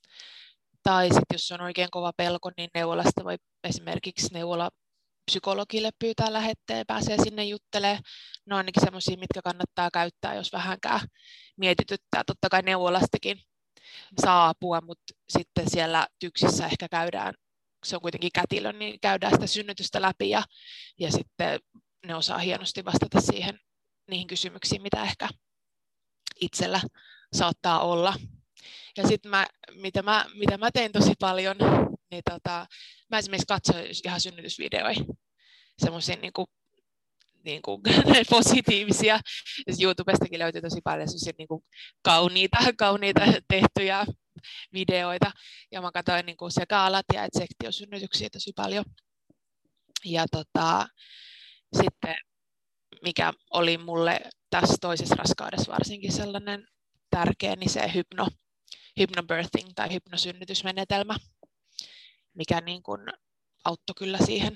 Tai sitten jos on oikein kova pelko, niin neuvolasta voi esimerkiksi neuvola psykologille pyytää lähetteen ja pääsee sinne juttelemaan. Ne on ainakin semmoisia, mitkä kannattaa käyttää, jos vähänkään mietityttää. Totta kai neuvolastakin saa apua, mutta sitten siellä TYKSissä ehkä käydään, se on kuitenkin kätilö, niin käydään sitä synnytystä läpi ja, ja sitten ne osaa hienosti vastata siihen niihin kysymyksiin, mitä ehkä itsellä saattaa olla. Ja sitten mä, mitä, mä, mitä mä tein tosi paljon, niin tota, mä esimerkiksi katsoin ihan synnytysvideoja, semmoisia niin kuin niin kuin, positiivisia. Ja YouTubestakin löytyy tosi paljon niin kuin kauniita, kauniita tehtyjä videoita. Ja mä katsoin niin kuin sekä alatie- että sektiosynnytyksiä tosi paljon. Ja tota, sitten mikä oli mulle tässä toisessa raskaudessa varsinkin sellainen tärkeä, niin se hypno, hypnobirthing tai hypnosynnytysmenetelmä, mikä niin kuin auttoi kyllä siihen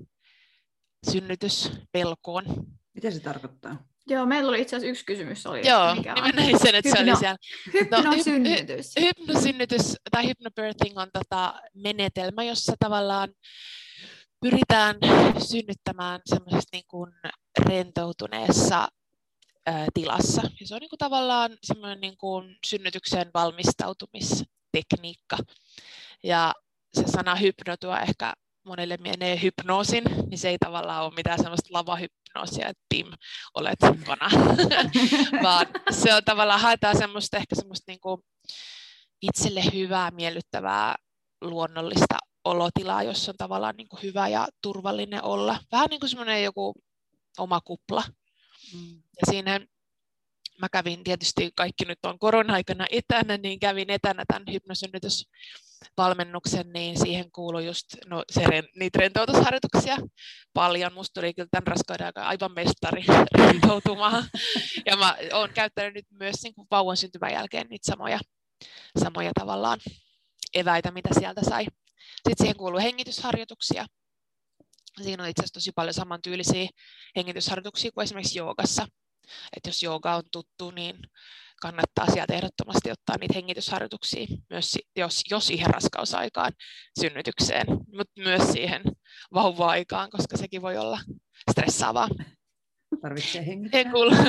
synnytyspelkoon. Mitä se tarkoittaa? Joo, meillä oli itse asiassa yksi kysymys. Oli, Joo, mikä niin mä näin sen, että Hypno, se oli siellä. Hypnosynnytys. No, hy, hy, hypnosynnytys tai hypnobirthing on tota menetelmä, jossa tavallaan pyritään synnyttämään semmoisessa niin kuin rentoutuneessa ä, tilassa. Ja se on niin kuin tavallaan semmoinen niin kuin synnytykseen valmistautumistekniikka. Ja se sana hypno tuo ehkä monelle menee hypnoosin, niin se ei tavallaan ole mitään semmoista lavahypnoosia, että Tim, olet kana. Vaan se on tavallaan, haetaan semmoista ehkä semmoista niin kuin itselle hyvää, miellyttävää, luonnollista olotilaa, jossa on tavallaan niin kuin hyvä ja turvallinen olla. Vähän niin kuin semmoinen joku oma kupla. Mm. Ja siinä mä kävin tietysti, kaikki nyt on korona-aikana etänä, niin kävin etänä tämän hypnosynnytysvalmennuksen, niin siihen kuului just no, se, niitä rentoutusharjoituksia paljon. Musta tuli kyllä tämän raskauden aikaa aivan mestari rentoutumaan. Ja mä oon käyttänyt nyt myös niin kuin vauvan syntymän jälkeen niitä samoja, samoja tavallaan eväitä, mitä sieltä sai. Sitten siihen kuuluu hengitysharjoituksia. Siinä on itse asiassa tosi paljon samantyylisiä hengitysharjoituksia kuin esimerkiksi joogassa. Et jos jooga on tuttu, niin kannattaa sieltä ehdottomasti ottaa niitä hengitysharjoituksia, myös jos, jos siihen raskausaikaan, synnytykseen, mutta myös siihen vauva-aikaan, koska sekin voi olla stressaavaa. Tarvitsee hengittää.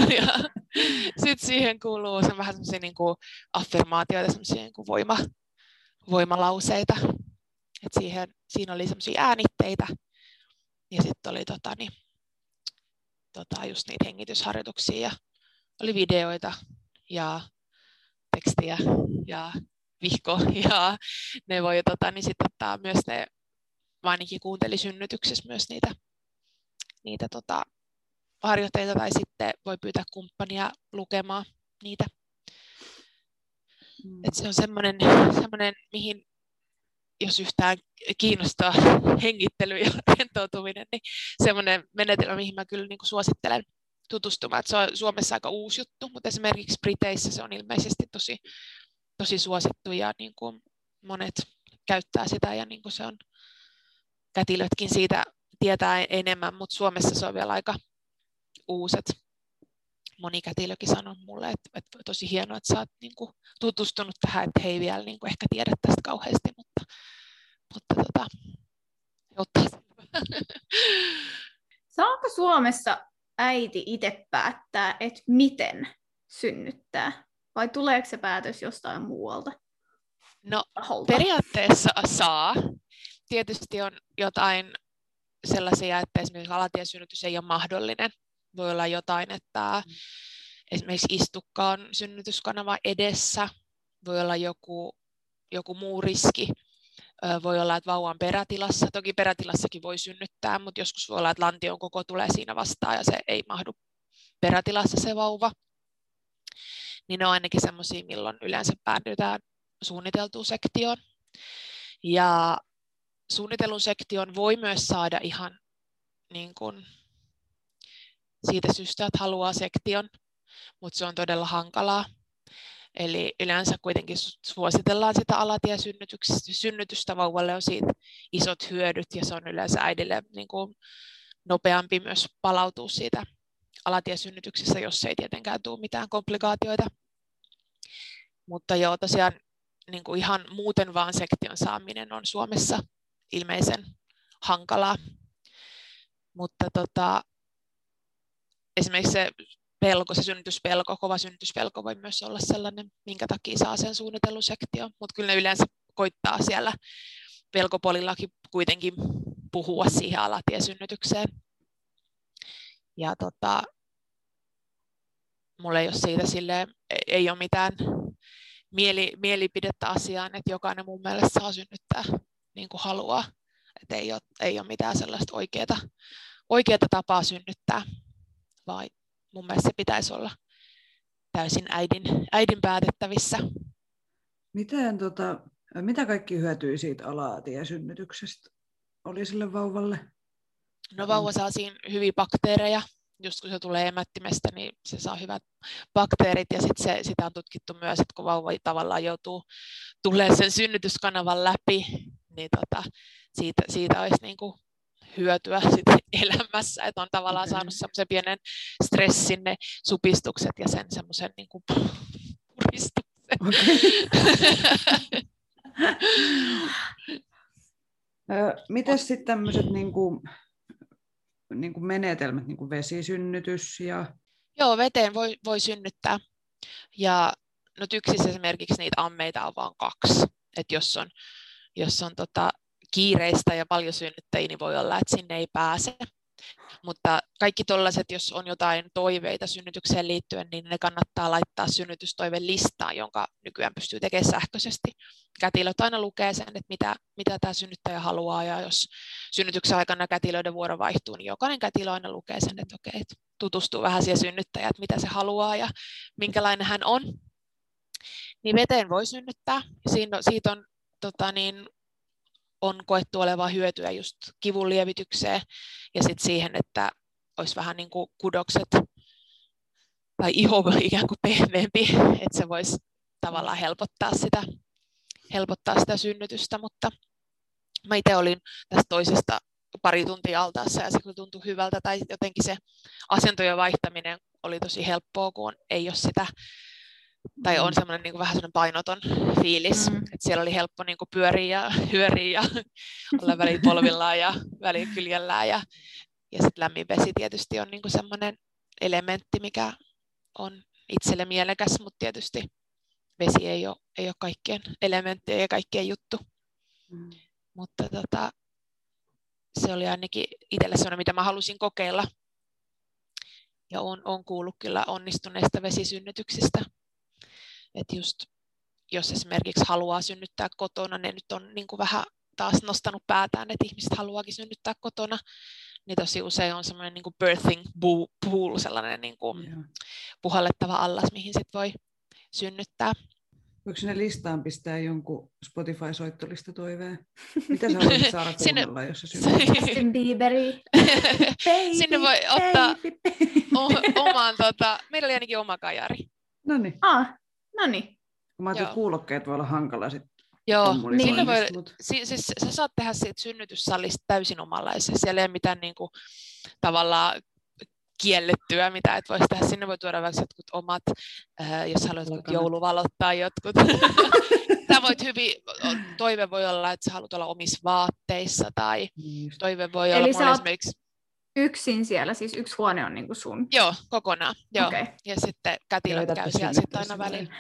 Sitten siihen kuuluu se vähän semmoisia niin kuin affirmaatioita, semmoisia niin kuin voima, voimalauseita. Et siihen, siinä oli semmoisia äänitteitä ja sitten oli tota, niin, tota, just niitä hengitysharjoituksia ja oli videoita ja tekstiä ja vihko ja ne voi tota, niin sitten ottaa myös ne, mä ainakin kuuntelin synnytyksessä myös niitä, niitä tota, harjoitteita tai sitten voi pyytää kumppania lukemaan niitä. Mm. Et se on semmoinen, semmoinen, mihin jos yhtään kiinnostaa hengittely ja rentoutuminen, niin semmoinen menetelmä, mihin mä kyllä niin kuin suosittelen tutustumaan. Että se on Suomessa aika uusi juttu, mutta esimerkiksi Briteissä se on ilmeisesti tosi, tosi suosittu ja niin kuin monet käyttää sitä ja niin kuin se on, kätilötkin siitä tietää enemmän, mutta Suomessa se on vielä aika uuset. Moni kätilökin sanoi mulle, että, että tosi hienoa, että sä oot niin kuin tutustunut tähän, että he ei vielä niin kuin ehkä tiedä tästä kauheasti, mutta, mutta tota, ottaa sen. Saako Suomessa äiti itse päättää, että miten synnyttää? Vai tuleeko se päätös jostain muualta? No periaatteessa saa. Tietysti on jotain sellaisia, että esimerkiksi alatiesynnytys ei ole mahdollinen. Voi olla jotain, että mm. esimerkiksi istukka on synnytyskanava edessä. Voi olla joku, joku muu riski. Voi olla, että vauva on perätilassa. Toki perätilassakin voi synnyttää, mutta joskus voi olla, että lantion koko tulee siinä vastaan ja se ei mahdu perätilassa se vauva. Niin ne on ainakin semmoisia, milloin yleensä päädytään suunniteltuun sektioon. Ja suunnitellun sektion voi myös saada ihan niin kuin siitä syystä, että haluaa sektion, mutta se on todella hankalaa. Eli yleensä kuitenkin suositellaan sitä alatiesynnytystä. Vauvalle on siitä isot hyödyt ja se on yleensä äidille niin kuin nopeampi myös palautua siitä alatiesynnytyksestä, jos ei tietenkään tule mitään komplikaatioita. Mutta joo, tosiaan niin kuin ihan muuten vaan sektion saaminen on Suomessa ilmeisen hankalaa. Mutta tota, esimerkiksi se pelko, se synnytyspelko, kova synnytyspelko voi myös olla sellainen, minkä takia saa sen suunnitellun sektion. Mutta kyllä ne yleensä koittaa siellä pelkopolillakin kuitenkin puhua siihen alatiesynnytykseen. Ja tota, mulla ei ole siitä silleen, ei ole mitään mieli, mielipidettä asiaan, että jokainen mun mielestä saa synnyttää niin kuin haluaa. Että ei ole, ei ole mitään sellaista oikeaa, oikeaa tapaa synnyttää. vai mun mielestä se pitäisi olla täysin äidin, äidin päätettävissä. Miten, tota, mitä kaikki hyötyi siitä alatiesynnytyksestä oli sille vauvalle? No vauva saa siinä hyviä bakteereja. Just kun se tulee emättimestä, niin se saa hyvät bakteerit. Ja sit se, sitä on tutkittu myös, että kun vauva tavallaan joutuu tulemaan sen synnytyskanavan läpi, niin tota, siitä, siitä olisi niinku hyötyä sit elämässä. Että on tavallaan okay. saanut semmoisen pienen stressin, ne supistukset ja sen semmoisen niinku puristuksen. Okay. Mites sitten tämmöiset niinku, niinku menetelmät, niinku vesisynnytys? Ja... Joo, veteen voi, voi synnyttää. Ja no TYKSissä esimerkiksi niitä ammeita on vain kaksi. Et jos on, jos on tota kiireistä ja paljon synnyttäjiä, niin voi olla, että sinne ei pääse. Mutta kaikki tollaiset, jos on jotain toiveita synnytykseen liittyen, niin ne kannattaa laittaa synnytystoivelistaan, jonka nykyään pystyy tekemään sähköisesti. Kätilöt aina lukee sen, että mitä, mitä tämä synnyttäjä haluaa, ja jos synnytyksen aikana kätilöiden vuoro vaihtuu, niin jokainen kätilö aina lukee sen, että okei, tutustuu vähän siihen synnyttäjään, että mitä se haluaa ja minkälainen hän on. Niin veteen voi synnyttää. Siinä, siitä on tota niin, on koettu olevaa hyötyä just kivun lievitykseen ja sitten siihen, että olisi vähän niin kuin kudokset tai iho ikään kuin pehmeämpi, että se voisi tavallaan helpottaa sitä, helpottaa sitä synnytystä, mutta mä itse olin tästä toisesta pari tuntia altaassa ja se kyllä tuntui hyvältä tai jotenkin se asentojen vaihtaminen oli tosi helppoa, kun ei ole sitä tai on semmoinen niin kuin vähän semmoinen painoton fiilis, mm. että siellä oli helppo niin kuin pyöriä ja hyöriä ja olla väliin polvillaan ja väliin kyljellään ja, ja sitten lämmin vesi tietysti on niin kuin semmoinen elementti, mikä on itselle mielekäs, mutta tietysti vesi ei ole, ei ole kaikkien elementtejä ja kaikkien juttu, mm. mutta tota, se oli ainakin itselle semmoinen, mitä mä halusin kokeilla ja on, on kuullut kyllä onnistuneista vesisynnytyksistä. Että just jos esimerkiksi haluaa synnyttää kotona, ne nyt on niin kuin vähän taas nostanut päätään, että ihmiset haluaakin synnyttää kotona, niin tosi usein on semmoinen niin kuin birthing pool, sellainen niin kuin yeah. puhallettava allas, mihin sit voi synnyttää. Voiko sinne listaan pistää jonkun Spotify-soittolista toiveen? Mitä sä haluaisit saada kuunnella, jos sä synnytät? Justin Bieberi. Sinne voi ottaa o- oman, tota, meillä oli ainakin oma kajari. Noniin. Ah. No niin. Mä ajattelin, että kuulokkeet voi olla hankala sit. Joo, niin voi, si, siis sä saat tehdä siitä synnytyssalista täysin omanlaisen. Siellä ei ole mitään niin kuin, tavallaan kiellettyä, mitä et voisi tehdä. Sinne voi tuoda vaikka jotkut omat, äh, jos haluat jotkut jouluvalot tai jotkut. Sä voit hyvin, toive voi olla, että sä haluat olla omissa vaatteissa tai niin toive voi Eli olla mulla esimerkiksi... yksin siellä, siis yksi huone on niinku sun? Joo, kokonaan. Joo. Okay. Ja sitten kätilöt käy siellä sitten aina välillä.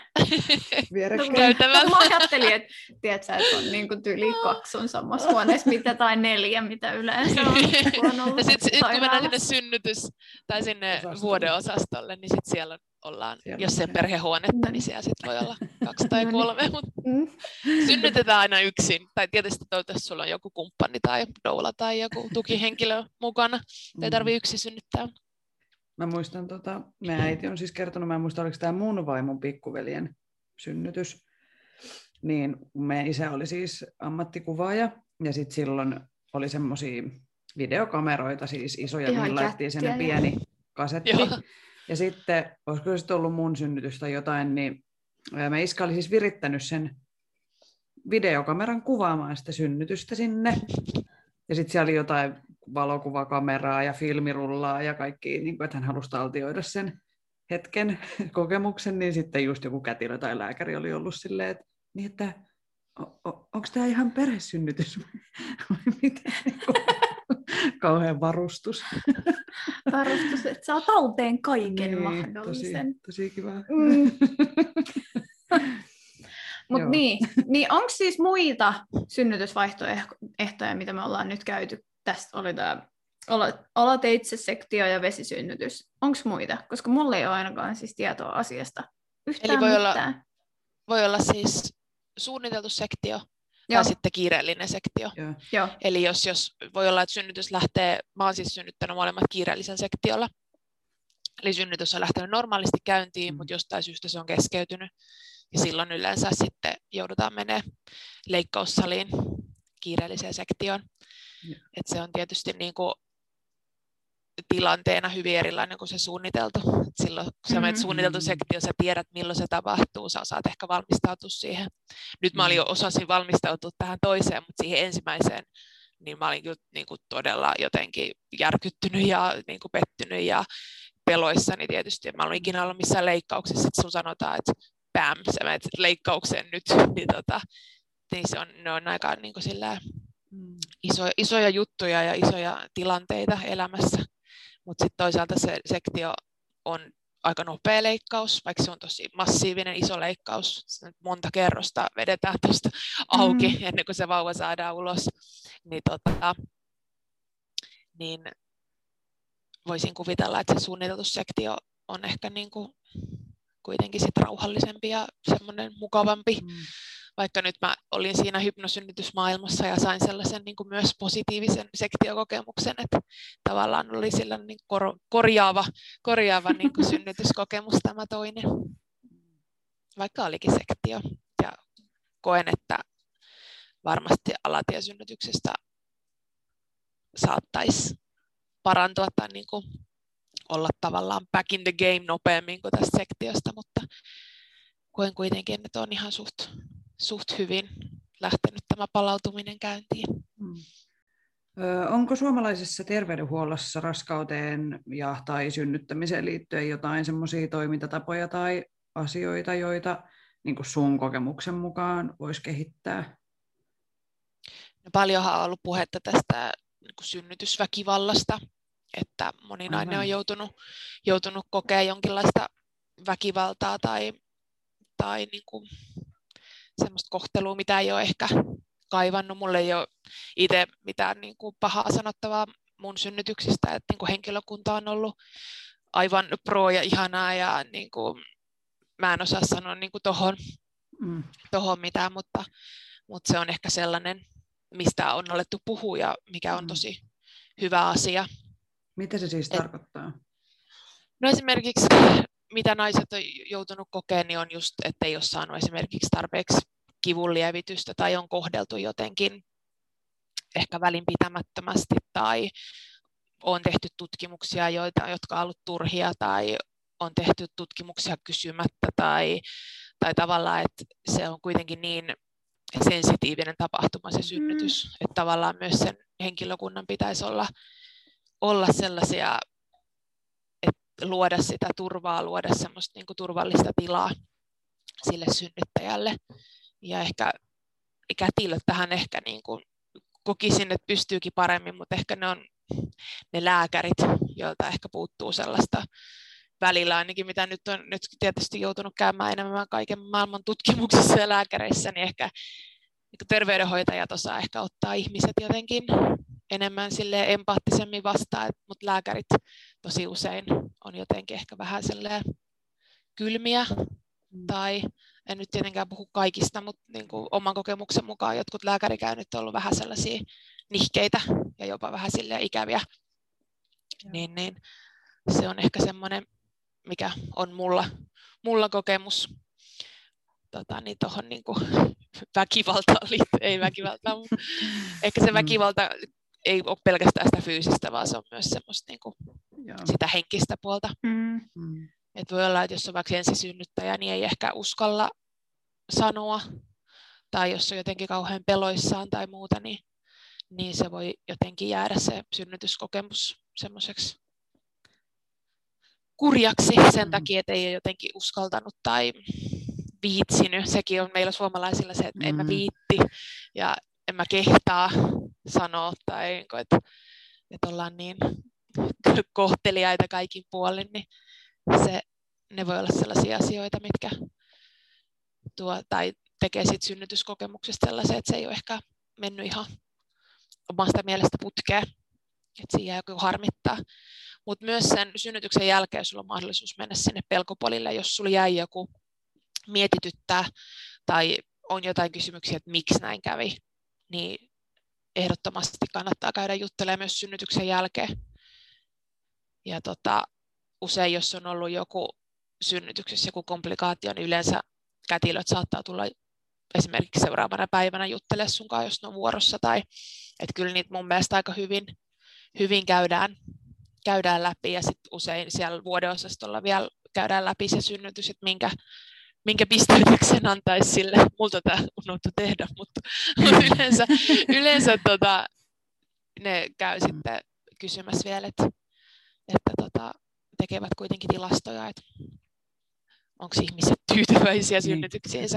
Käytävällä. Mä ajattelin, että tiedät sä, että on niinku tyyli kaksi on samassa huoneessa, mitä tai neljä, mitä yleensä on. Ja sitten sit, kun mennään sinne synnytys- tai sinne Osastolle. vuodeosastolle, niin sitten siellä ollaan, siellä jos se perhehuonetta, mm. niin siellä sitten voi olla kaksi tai kolme. Mutta mm. synnytetään aina yksin. Tai tietysti toivottavasti sulla on joku kumppani tai doula tai joku tukihenkilö mukana. Ei tarvitse yksin synnyttää. Mä muistan, tota, meidän äiti on siis kertonut, mä en muista, oliko tämä mun vai mun pikkuveljen synnytys. Niin meidän isä oli siis ammattikuvaaja ja sitten silloin oli semmoisia videokameroita, siis isoja, ihan mihin laitettiin sen pieni kasetti. Joo. Ja sitten, olisiko se ollut mun synnytys tai jotain, niin me iska oli siis virittänyt sen videokameran kuvaamaan sitä synnytystä sinne. Ja sitten siellä oli jotain valokuvakameraa ja filmirullaa ja kaikki, niin kuin, että hän halusi taltioida sen hetken kokemuksen, niin sitten just joku kätilö tai lääkäri oli ollut silleen, että, niin että onko tämä ihan perhesynnytys vai mitä? Kauhean varustus. Varustus, että saa talteen kaiken niin, mahdollisen. Tosi, tosi kiva. Mm. Mutta niin, niin onko siis muita synnytysvaihtoehtoja, mitä me ollaan nyt käyty? Tästä oli tämä alateitse-sektio ja vesisynnytys. Onko muita? Koska mulla ei ole ainakaan siis tietoa asiasta yhtään. Eli voi mitään. olla, voi olla siis suunniteltu sektio tai sitten kiireellinen sektio. Joo. Joo. Eli jos, jos voi olla, että synnytys lähtee, mä oon siis synnyttänyt molemmat kiireellisen sektiolla. Eli synnytys on lähtenyt normaalisti käyntiin, mm. mutta jostain syystä se on keskeytynyt. Ja silloin yleensä sitten joudutaan menemään leikkaussaliin kiireelliseen sektioon. Mm. Et se on tietysti niin kuin tilanteena hyvin erilainen kuin se suunniteltu. Et silloin kun sä menet suunniteltu sektio, sä tiedät milloin se tapahtuu, sä osaat ehkä valmistautua siihen. Nyt mä olin jo osasin valmistautua tähän toiseen, mutta siihen ensimmäiseen niin mä olin kyllä niin kuin todella jotenkin järkyttynyt ja niin kuin pettynyt ja peloissani tietysti. Mä olin ikinä ollut missään leikkauksessa, että sun sanotaan, että bam, sä menet leikkaukseen nyt. Niin, tota, niin se on, ne on aika niin kuin sillä iso, isoja juttuja ja isoja tilanteita elämässä. Mutta sitten toisaalta se sektio on aika nopea leikkaus, vaikka se on tosi massiivinen iso leikkaus. Monta kerrosta vedetään tuosta auki mm. ennen kuin se vauva saadaan ulos. Niin, tota, niin voisin kuvitella, että se suunniteltu sektio on ehkä niinku kuitenkin sit rauhallisempi ja semmoinen mukavampi. Mm. Vaikka nyt mä olin siinä hypnosynnytysmaailmassa ja sain sellaisen niin kuin myös positiivisen sektiokokemuksen, että tavallaan oli sellainen niin kor- korjaava, korjaava niin kuin synnytyskokemus tämä toinen, vaikka olikin sektio. Ja koen, että varmasti alatiesynnytyksestä saattaisi parantua tai niin kuin olla tavallaan back in the game nopeammin kuin tästä sektiosta, mutta koen kuitenkin, että on ihan suht suht hyvin lähtenyt tämä palautuminen käyntiin. Hmm. Ö, onko suomalaisessa terveydenhuollossa raskauteen ja tai synnyttämiseen liittyen jotain semmoisia toimintatapoja tai asioita, joita niin kuin sun kokemuksen mukaan voisi kehittää? No, paljonhan on ollut puhetta tästä niin kuin synnytysväkivallasta, että moni nainen Aivan. on joutunut, joutunut kokemaan jonkinlaista väkivaltaa tai, tai niin kuin semmoista kohtelua, mitä ei ole ehkä kaivannut. Mulle ei ole itse mitään niin kuin pahaa sanottavaa mun synnytyksistä, että niin kuin henkilökunta on ollut aivan pro ja ihanaa ja niin kuin, mä en osaa sanoa niin kuin tohon, mm. tohon mitään, mutta, mutta se on ehkä sellainen, mistä on alettu puhua ja mikä on tosi hyvä asia. Mitä se siis Et, tarkoittaa? No esimerkiksi mitä naiset on joutunut kokemaan, niin on just, että ei ole saanut esimerkiksi tarpeeksi kivunlievitystä tai on kohdeltu jotenkin ehkä välinpitämättömästi tai on tehty tutkimuksia, joita, jotka ovat olleet turhia tai on tehty tutkimuksia kysymättä tai, tai tavallaan, että se on kuitenkin niin sensitiivinen tapahtuma se synnytys, mm. että tavallaan myös sen henkilökunnan pitäisi olla, olla sellaisia, luoda sitä turvaa, luoda semmoista niin kuin turvallista tilaa sille synnyttäjälle. Ja ehkä kätilöt tähän ehkä niin kuin kokisin, että pystyykin paremmin, mutta ehkä ne on ne lääkärit, joilta ehkä puuttuu sellaista välillä ainakin, mitä nyt on nyt tietysti joutunut käymään enemmän kaiken maailman tutkimuksissa ja lääkäreissä, niin ehkä niin terveydenhoitajat osaa ehkä ottaa ihmiset jotenkin enemmän silleen empaattisemmin vastaan, mutta lääkärit tosi usein on jotenkin ehkä vähän silleen kylmiä, mm. tai en nyt tietenkään puhu kaikista, mutta niin kuin oman kokemuksen mukaan jotkut lääkärikäynnit on ollut vähän sellaisia nihkeitä ja jopa vähän silleen ikäviä, niin, niin se on ehkä semmoinen, mikä on mulla, mulla kokemus tota, niin tuohon niin kuin väkivaltaan liittyen, ei väkivaltaa, mutta ehkä se väkivalta ei ole pelkästään sitä fyysistä, vaan se on myös semmoista niin kuin sitä henkistä puolta. Mm. Mm. Et voi olla, että jos on vaikka ensisynnyttäjä, niin ei ehkä uskalla sanoa, tai jos on jotenkin kauhean peloissaan tai muuta, niin, niin se voi jotenkin jäädä se synnytyskokemus semmoiseksi kurjaksi sen mm. takia, että ei ole jotenkin uskaltanut tai viitsinyt. Sekin on meillä suomalaisilla se, että mm. en mä viitti ja en mä kehtaa sanoa tai että, että ollaan niin kohteliaita kaikin puolin, niin se, ne voi olla sellaisia asioita, mitkä tuo, tai tekee siitä synnytyskokemuksesta sellaisia, että se ei ole ehkä mennyt ihan omasta mielestä putkeen, että siinä joku harmittaa. Mutta myös sen synnytyksen jälkeen sulla on mahdollisuus mennä sinne pelkopolille, jos sulla jäi joku mietityttää tai on jotain kysymyksiä, että miksi näin kävi, niin ehdottomasti kannattaa käydä juttelemaan myös synnytyksen jälkeen. Ja tota, usein, jos on ollut joku synnytyksessä joku komplikaatio, niin yleensä kätilöt saattaa tulla esimerkiksi seuraavana päivänä juttele sunkaan, jos ne on vuorossa. Tai, että kyllä niitä mun mielestä aika hyvin, hyvin käydään, käydään läpi, ja sitten usein siellä vuodeosastolla vielä käydään läpi se synnytys, että minkä, minkä pisteytyksen antaisi sille. Multa tämä unohtu tehdä, mutta, mutta yleensä, yleensä tota, ne käy sitten kysymässä vielä, että, että tota, tekevät kuitenkin tilastoja, että onko ihmiset tyytyväisiä synnytyksiinsä.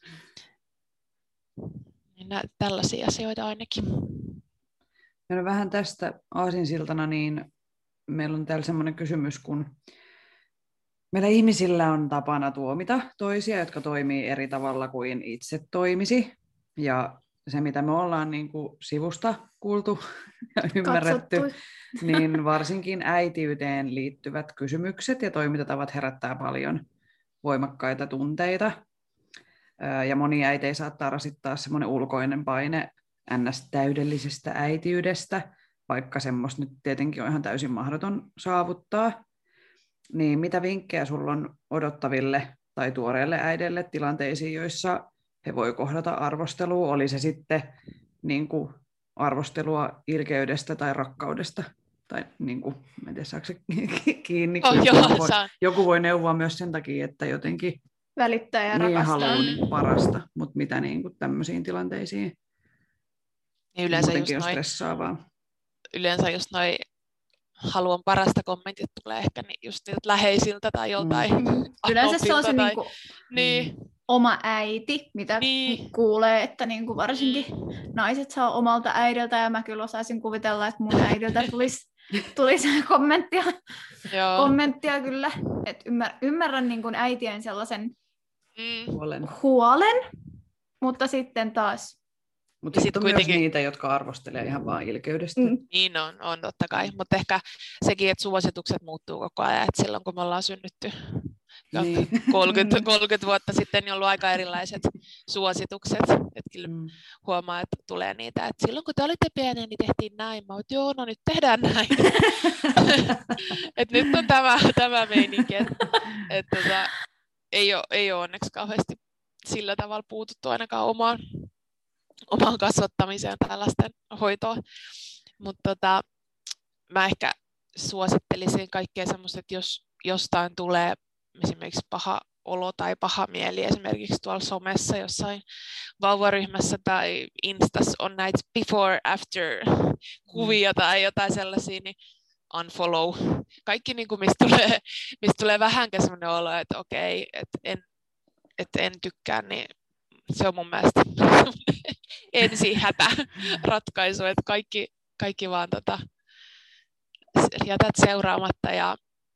Niin nä, tällaisia asioita ainakin. Ja vähän tästä aasinsiltana, niin meillä on täällä semmoinen kysymys, kun meillä ihmisillä on tapana tuomita toisia, jotka toimii eri tavalla kuin itse toimisi. Ja se, mitä me ollaan niin kuin sivusta kuultu ja ymmärretty, katsottu. Niin varsinkin äitiyteen liittyvät kysymykset ja toimintatavat herättää paljon voimakkaita tunteita. Ja moni äitejä saattaa rasittaa semmoinen ulkoinen paine ns-täydellisestä äitiydestä, vaikka semmoista nyt tietenkin on ihan täysin mahdoton saavuttaa. Niin mitä vinkkejä sulla on odottaville tai tuoreille äideille tilanteisiin, joissa he voi kohdata arvostelua, oli se sitten niin kuin arvostelua ilkeydestä tai rakkaudesta? Tai niin kuin, en tiedä, saako se kiinni, oh, joku, joo, voi, joku voi neuvoa myös sen takia, että jotenkin välittää ja niin rakastaa. haluaa niin parasta, mutta mitä niin kuin tämmöisiin tilanteisiin niin yleensä muutenkin on noi, stressaavaa. Yleensä just noi haluan parasta kommentit tulee ehkä just niiltä läheisiltä tai joltain mm. Yleensä se on se tai, niinku niin. oma äiti, mitä niin. kuulee, että niinku varsinkin mm. naiset saa omalta äidiltä, ja mä kyllä osaisin kuvitella, että mun äidiltä tulisi tulisi kommenttia, kommenttia kyllä. Et ymmär, ymmärrän niin kuin äitien sellaisen mm. huolen. huolen, mutta sitten taas... Mutta sitten on kuitenkin myös niitä, jotka arvostelee ihan vaan ilkeydestä. Mm. Niin on, on totta kai. Mutta ehkä sekin, että suositukset muuttuu koko ajan. Et silloin kun me ollaan synnytty niin. kolmekymmentä, kolmekymmentä vuotta sitten, niin on ollut aika erilaiset suositukset. Että kyllä mm. huomaa, että tulee niitä, että silloin kun te olitte pieniä, niin tehtiin näin. Mä oon, joo, no nyt tehdään näin. Et nyt on tämä, tämä meininki. Että et, tota, ei, ole, ei ole onneksi kauheasti sillä tavalla puututtu ainakaan omaan, omaan kasvattamiseen tai lasten hoitoon. Mutta tota, mä ehkä suosittelisin kaikkea semmoista, että jos jostain tulee esimerkiksi paha olo tai paha mieli, esimerkiksi tuolla somessa jossain vauvaryhmässä tai Instas on näitä before after kuvia tai jotain sellaisia, niin unfollow. Kaikki, niin kuin, mistä, tulee, mistä tulee vähänkään sellainen olo, että okei, että en, että en tykkää, niin se on mun mielestä ensi hätäratkaisu, että kaikki, kaikki vaan tota, jätät seuraamatta ja,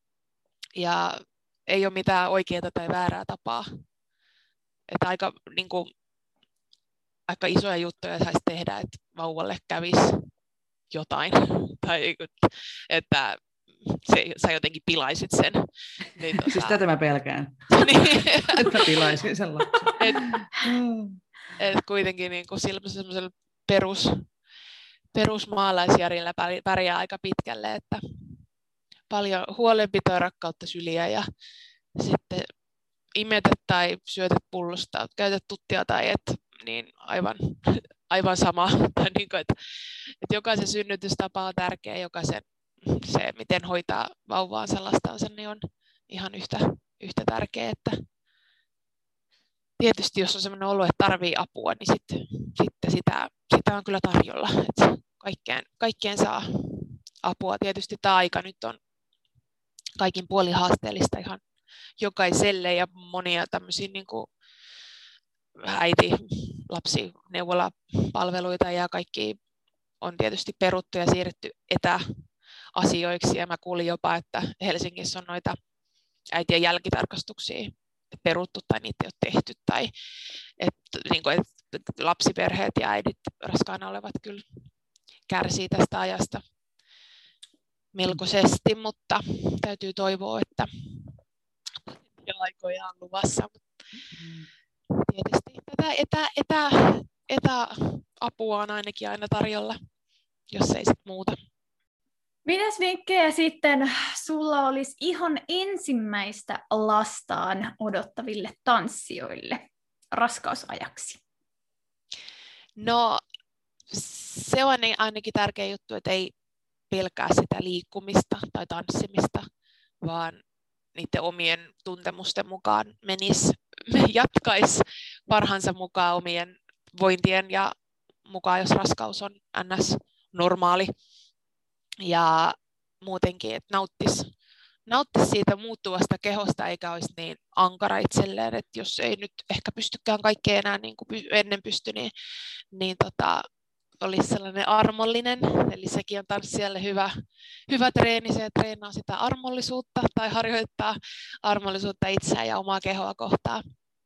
ja ei ole mitään oikeaa tai väärää tapaa. Että aika, niin kuin, aika isoja juttuja saisi tehdä, että vauvalle kävisi jotain. Tai että se, sä jotenkin pilaisit sen. Niin, tota... Siis tätä mä pelkään. Että pilaisin sen lapsen. Et, et kuitenkin niin kuin semmoisella perus, perusmaalaisjärjellä pärjää aika pitkälle, että paljon huolenpitoa, rakkautta, syliä ja sitten imetet tai syötet pullosta, käytät tuttia tai et, niin aivan, aivan sama. Tai niin kuin, että, että jokaisen synnytystapa on tärkeä, jokaisen se, miten hoitaa vauvaansa lastansa, niin on ihan yhtä, yhtä tärkeä. Että tietysti jos on sellainen olo, että tarvii apua, niin sitten, sitten sitä, sitä on kyllä tarjolla. Että kaikkeen, kaikkeen saa apua. Tietysti tämä aika nyt on kaikin puolin haasteellista ihan jokaiselle ja monia tämmöisiä niin kuin äiti, lapsi, neuvolapalveluita ja kaikki on tietysti peruttu ja siirretty etäasioiksi. Ja mä kuulin jopa, että Helsingissä on noita äitien jälkitarkastuksia peruttu tai niitä ei ole tehty. Tai että, niin kuin, että lapsiperheet ja äidit raskaana olevat kyllä kärsii tästä ajasta melkoisesti, mutta täytyy toivoa, että aikoja on luvassa. Tietysti tätä etä, etä, etäapua on ainakin aina tarjolla, jos ei sit muuta. Mitäs vinkkejä sitten sulla olisi ihan ensimmäistä lastaan odottaville tanssijoille raskausajaksi? No se on ainakin tärkeä juttu, että ei pelkää sitä liikkumista tai tanssimista, vaan niiden omien tuntemusten mukaan menisi, jatkaisi parhaansa mukaan omien vointien ja mukaan, jos raskaus on ns. Normaali. Ja muutenkin, että nauttisi, nauttisi siitä muuttuvasta kehosta, eikä olisi niin ankara itselleen, että jos ei nyt ehkä pystykään kaikkeen enää niin kuin ennen pysty, niin, niin tota, olisi sellainen armollinen, eli sekin on tanssijalle hyvä, hyvä treeni, se treenaa sitä armollisuutta tai harjoittaa armollisuutta itseään ja omaa kehoa kohtaan.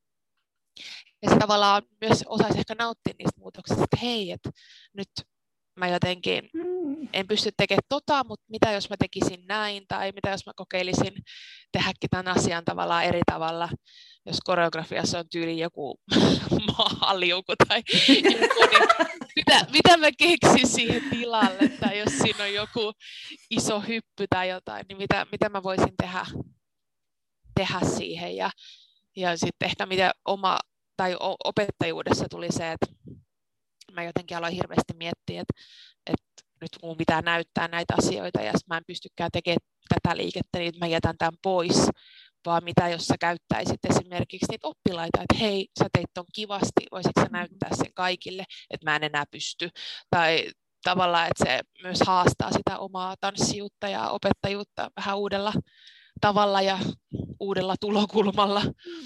Ja se tavallaan myös osaisi ehkä nauttia niistä muutoksista, että hei, että nyt mä jotenkin en pysty tekemään tota, mutta mitä jos mä tekisin näin, tai mitä jos mä kokeilisin tehdäkin tämän asian tavallaan eri tavalla, jos koreografiassa on tyyli joku maaliuku tai joku, niin mitä, mitä mä keksin siihen tilalle, tai jos siinä on joku iso hyppy tai jotain, niin mitä, mitä mä voisin tehdä, tehdä siihen. Ja, ja sitten ehkä mitä oma, tai opettajuudessa tuli se, että mä jotenkin aloin hirveästi miettiä, että, että nyt mun pitää näyttää näitä asioita ja mä en pystykään tekemään tätä liikettä, niin mä jätän tämän pois. Vaan mitä jos sä käyttäisit esimerkiksi niitä oppilaita, että hei, sä teit ton kivasti, voisitko sä näyttää sen kaikille, että mä en enää pysty. Tai tavallaan, että se myös haastaa sitä omaa tanssijuutta ja opettajuutta vähän uudella tavalla ja uudella tulokulmalla.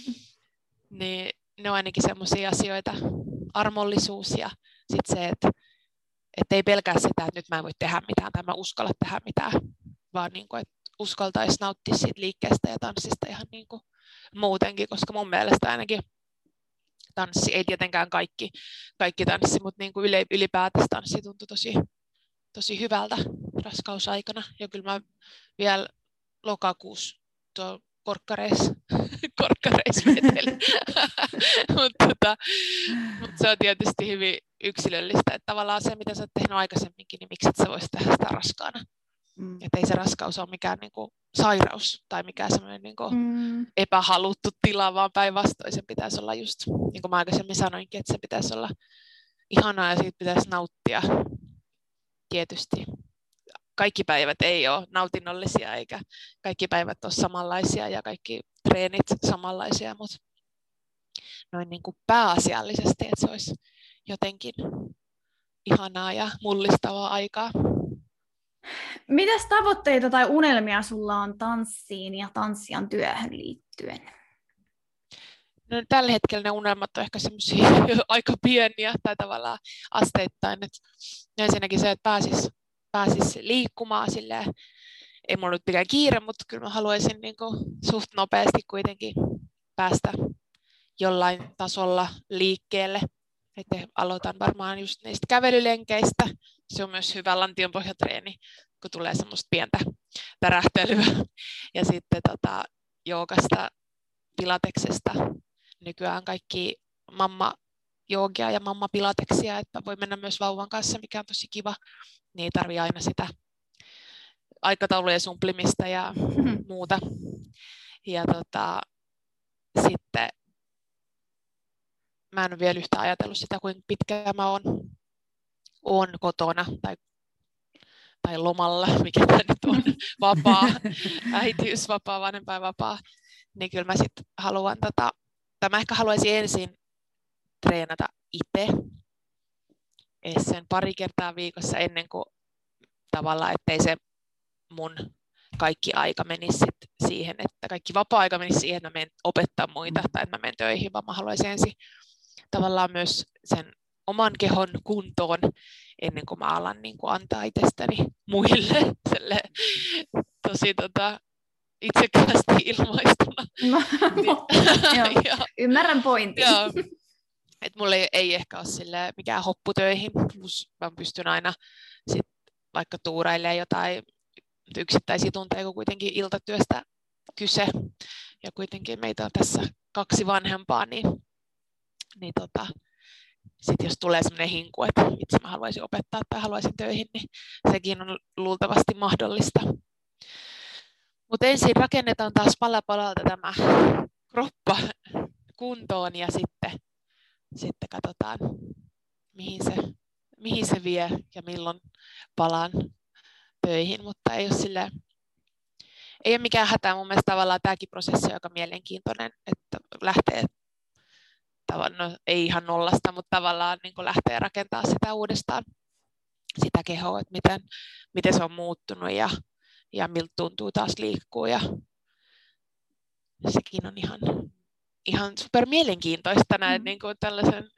Niin ne on ainakin semmoisia asioita, armollisuus ja sitten se, että et ei pelkää sitä, että nyt mä en voi tehdä mitään tai mä uskalla tehdä mitään, vaan niin kuin, että uskaltaisi nauttia siitä liikkeestä ja tanssista ihan niin kuin muutenkin, koska mun mielestä ainakin tanssi, ei tietenkään kaikki, kaikki tanssi, mutta niin kuin ylipäätänsä tanssi tuntui tosi, tosi hyvältä raskausaikana. Ja kyllä mä vielä lokakuussa tuolla korkkareissa, korkkareissa vetelin. mutta tota, mut se on tietysti hyvin yksilöllistä, että tavallaan se, mitä sä oot tehnyt aikaisemminkin, niin miksi et sä voisit tehdä sitä raskaana. Mm. Että ei se raskaus ole mikään niinku sairaus tai mikään semmoinen niinku mm. epähaluttu tila, vaan päinvastoin sen pitäisi olla just, niin kuin mä aikaisemmin sanoinkin, että se pitäisi olla ihanaa ja siitä pitäisi nauttia. Tietysti kaikki päivät ei ole nautinnollisia eikä kaikki päivät ole samanlaisia ja kaikki treenit samanlaisia, mutta noin niin kuin pääasiallisesti, että se olisi jotenkin ihanaa ja mullistavaa aikaa. Mitäs tavoitteita tai unelmia sulla on tanssiin ja tanssijan työhön liittyen? No, tällä hetkellä ne unelmat on ehkä semmoisia aika pieniä tai tavallaan asteittain. Että ensinnäkin se, että pääsis, pääsis liikkumaan silleen. Ei mulla nyt mikään kiire, mutta kyllä mä haluaisin niin kuin suht nopeasti kuitenkin päästä jollain tasolla liikkeelle. Että aloitan varmaan just niistä kävelylenkeistä. Se on myös hyvä lantionpohjatreeni, kun tulee semmoista pientä tärähtelyä. Ja sitten tota, joogasta, pilateksesta. Nykyään kaikki mamma-joogia ja mamma-pilateksia, että voi mennä myös vauvan kanssa, mikä on tosi kiva. Niin ei tarvitse aina sitä aikataulujen sumplimista ja muuta. Ja tota, sitten mä en ole vielä yhtään ajatellut sitä, kuinka pitkään mä oon, oon kotona tai, tai lomalla, mikä tämä nyt on, vapaa, äitiysvapaa, vanhempainvapaa. Niin kyllä mä sitten haluan, tota, tai mä ehkä haluaisin ensin treenata itse sen pari kertaa viikossa ennen kuin tavallaan, ettei se mun kaikki aika menisi sit siihen, että kaikki vapaa-aika menisi siihen, että mä menen opettaa muita tai että mä menen töihin, vaan mä haluaisin ensin tavallaan myös sen oman kehon kuntoon ennen kuin mä alan niin kuin antaa itsestäni muille tosi tota, itsekkäästi ilmaistuna. No, joo, ymmärrän pointin. Joo. Et mulla ei, ei ehkä ole mikään hopputöihin, plus mä pystyn aina sit vaikka tuurailemaan jotain yksittäisiä tunteja, kun kuitenkin iltatyöstä kyse. Ja kuitenkin meitä on tässä kaksi vanhempaa, niin, niin tota, sitten jos tulee sellainen hinku, että itse mä haluaisin opettaa tai haluaisin töihin, niin sekin on luultavasti mahdollista. Mutta ensin rakennetaan taas pala palalta tämä kroppa kuntoon ja sitten, sitten katsotaan, mihin se, mihin se vie ja milloin palaan töihin. Mutta ei ole, silleen, ei ole mikään hätä. Mun mielestä tavallaan tämäkin prosessi on aika mielenkiintoinen, että lähtee, no ei ihan nollasta, mutta tavallaan niin lähtee rakentamaan sitä uudestaan, sitä kehoa, että miten, miten se on muuttunut ja ja miltä tuntuu taas liikkuu. Ja sekin on ihan, ihan super mielenkiintoista näin mm. niin kuin tällaisen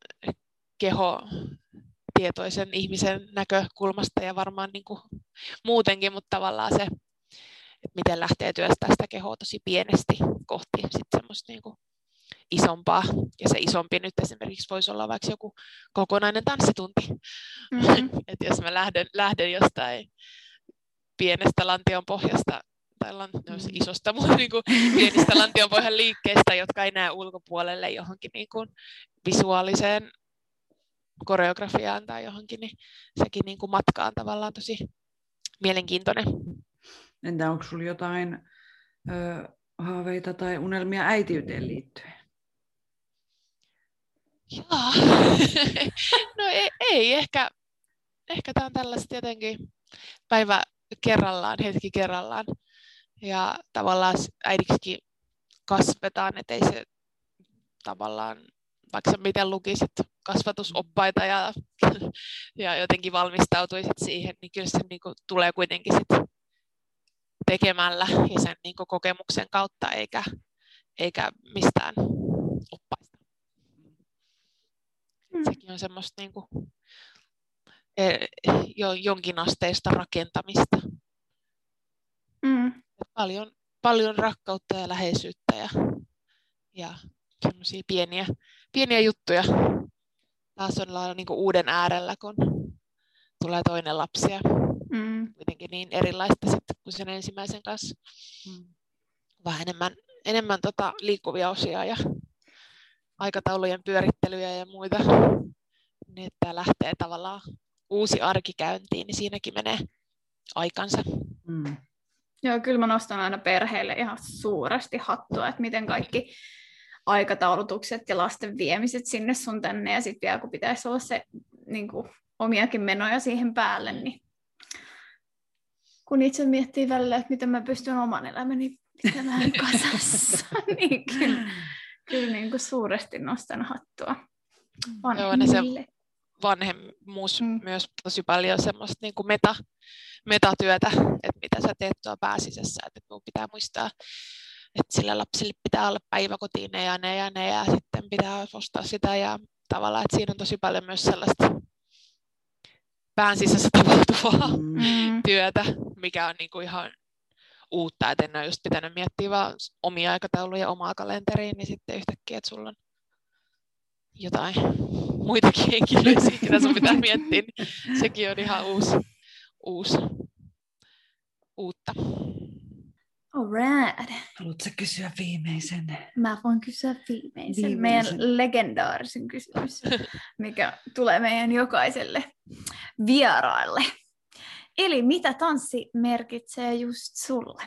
kehotietoisen ihmisen näkökulmasta ja varmaan niin kuin muutenkin, mutta tavallaan se, että miten lähtee työstää sitä kehoa tosi pienesti kohti sit semmoista niin kuin isompaa. Ja se isompi nyt esimerkiksi voisi olla vaikka joku kokonainen tanssitunti. Mm-hmm. Että jos mä lähden, lähden jostain pienestä lantionpohjasta, tai lan, no, isosta, mutta niin kuin pienistä lantionpohjan liikkeistä, jotka ei näe ulkopuolelle johonkin niin kuin visuaaliseen koreografiaan tai johonkin, niin sekin niin kuin matka on tavallaan tosi mielenkiintoinen. Entä onko sinulla jotain ö, haaveita tai unelmia äitiyteen liittyen? Jaa. No ei, ei ehkä, ehkä tämä on tällaista jotenkin päivä kerrallaan, hetki kerrallaan. Ja tavallaan äidiksikin kasvetaan, ettei se tavallaan, vaikka sä miten lukisit kasvatusoppaita ja, ja jotenkin valmistautuisit siihen, niin kyllä se niin kuin tulee kuitenkin sit tekemällä ja sen niin kuin kokemuksen kautta, eikä, eikä mistään oppaista. Mm. Sekin on semmoista niin kuin jo jonkinasteista rakentamista. Mm. Paljon, paljon rakkautta ja läheisyyttä ja, ja semmoisia pieniä, pieniä juttuja. Taas ollaan niin kuin uuden äärellä, kun tulee toinen lapsi ja mm. kuitenkin niin erilaista sitten kuin sen ensimmäisen kanssa. Mm. Vähän enemmän, enemmän tota liikkuvia osia ja aikataulujen pyörittelyjä ja muita. Niin että lähtee tavallaan uusi arki käyntiin, niin siinäkin menee aikansa. Mm. Joo, kyllä mä nostan aina perheelle ihan suuresti hattua, että miten kaikki aikataulutukset ja lasten viemiset sinne sun tänne, ja sitten vielä kun pitäisi olla se niin kuin, omiakin menoja siihen päälle, niin kun itse miettii välillä, että miten mä pystyn oman elämäni pitämään kasassa, niin kyllä, kyllä niin kuin suuresti nostan hattua vanhemmille. Vanhemmuus mm. myös tosi paljon semmoista niin kuin meta, metatyötä, että mitä sä teet tuolla pääsisässä, että minun pitää muistaa, että sillä lapsille pitää olla päiväkotiin ne ja ne ja ne ja sitten pitää ostaa sitä ja tavallaan, että siinä on tosi paljon myös sellaista pään sisässä tapahtuvaa mm. työtä, mikä on niin kuin ihan uutta, että en ole just pitänyt miettiä vaan omia aikatauluja omaa kalenteriin, niin sitten yhtäkkiä, että sulla on jotain muitakin henkilöitä, mitä sun pitää miettiä, niin sekin on ihan uusi, uusi, uutta. Alright. Haluatko kysyä viimeisen? Mä voin kysyä viimeisen, viimeisen. meidän legendaarisen kysymys, mikä tulee meidän jokaiselle vieraille. Eli mitä tanssi merkitsee just sulle?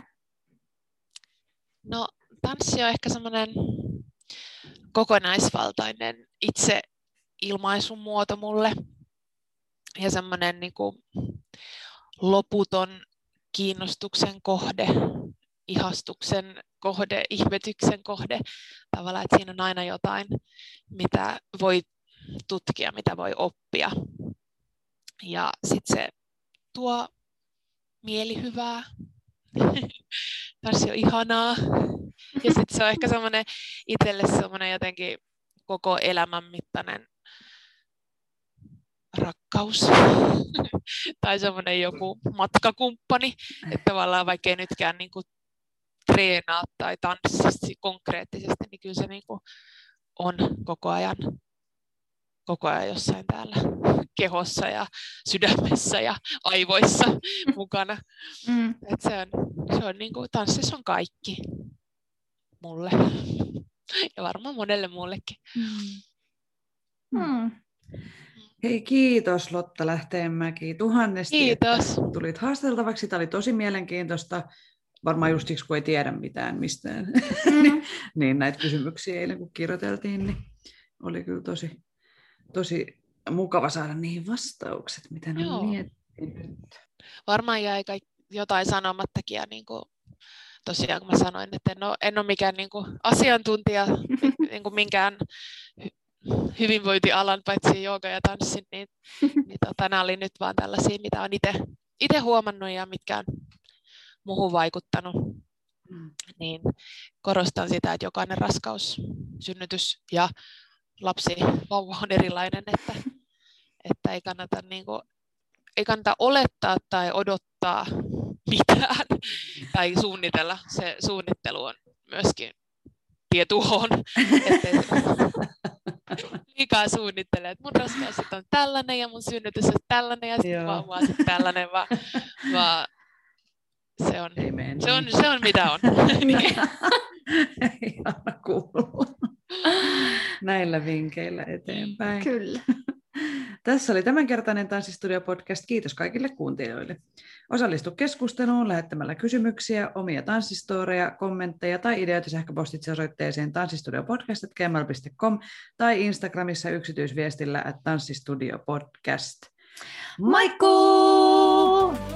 No, tanssi on ehkä semmoinen kokonaisvaltainen itse ilmaisun muoto mulle ja semmoinen niin kuin loputon kiinnostuksen kohde, ihastuksen kohde, ihmetyksen kohde. Tavallaan, että siinä on aina jotain, mitä voi tutkia, mitä voi oppia. Ja sitten se tuo mielihyvää. Tanssi on ihanaa. Ja sitten se on ehkä semmoinen itselle semmoinen jotenkin koko elämän mittainen rakkaus. Tai semmoinen joku matkakumppani. Että tavallaan vaikka ei nytkään niinku treenaa tai tanssi konkreettisesti, niin kyllä se niinku on koko ajan, koko ajan jossain täällä kehossa ja sydämessä ja aivoissa mukana. Mm. Et se on, se on niinku, tanssissa on kaikki mulle ja varmaan monelle muullekin. Mm. Mm. Hei, kiitos Lotta Lähteenmäki tuhannesti, kiitos. Että tulit haasteltavaksi. Tämä oli tosi mielenkiintoista. Varmaan just siksi, kun ei tiedä mitään mistään. Mm. niin näitä kysymyksiä eilen, kun kirjoiteltiin, niin oli kyllä tosi, tosi mukava saada niihin vastaukset, mitä ne on miettinyt. Varmaan jäi jotain sanomattakin. Ja niin kuin, tosiaan, kun mä sanoin, että en ole, en ole mikään niin kuin asiantuntija niin kuin minkään hyvinvointialan, paitsi jooga ja tanssin, niin, niin tota, nämä oli nyt vaan tällaisia, mitä olen itse huomannut ja mitkä on muuhun vaikuttanut. Mm. Niin korostan sitä, että jokainen raskaus, synnytys ja lapsi, vauva on erilainen, että, että ei, kannata, niin kuin, ei kannata olettaa tai odottaa mitään tai suunnitella. Se suunnittelu on myöskin tietuhoon, ettei liikaa suunnittele, että mun raskaus on tällainen ja mun synnytys on tällainen ja sitten vauva on sitten tällainen, vaan, vaan se, on, se, on, se on mitä on. Ei anna kuulua. Näillä vinkkeillä eteenpäin. Kyllä. Tässä oli tämänkertainen Tanssistudio-podcast. Kiitos kaikille kuuntelijoille. Osallistu keskusteluun lähettämällä kysymyksiä, omia tanssistoreja, kommentteja tai ideoita sähköpostitse osoitteeseen tanssistudiopodcast at gmail piste com tai Instagramissa yksityisviestillä at tanssistudiopodcast. Moikkuu!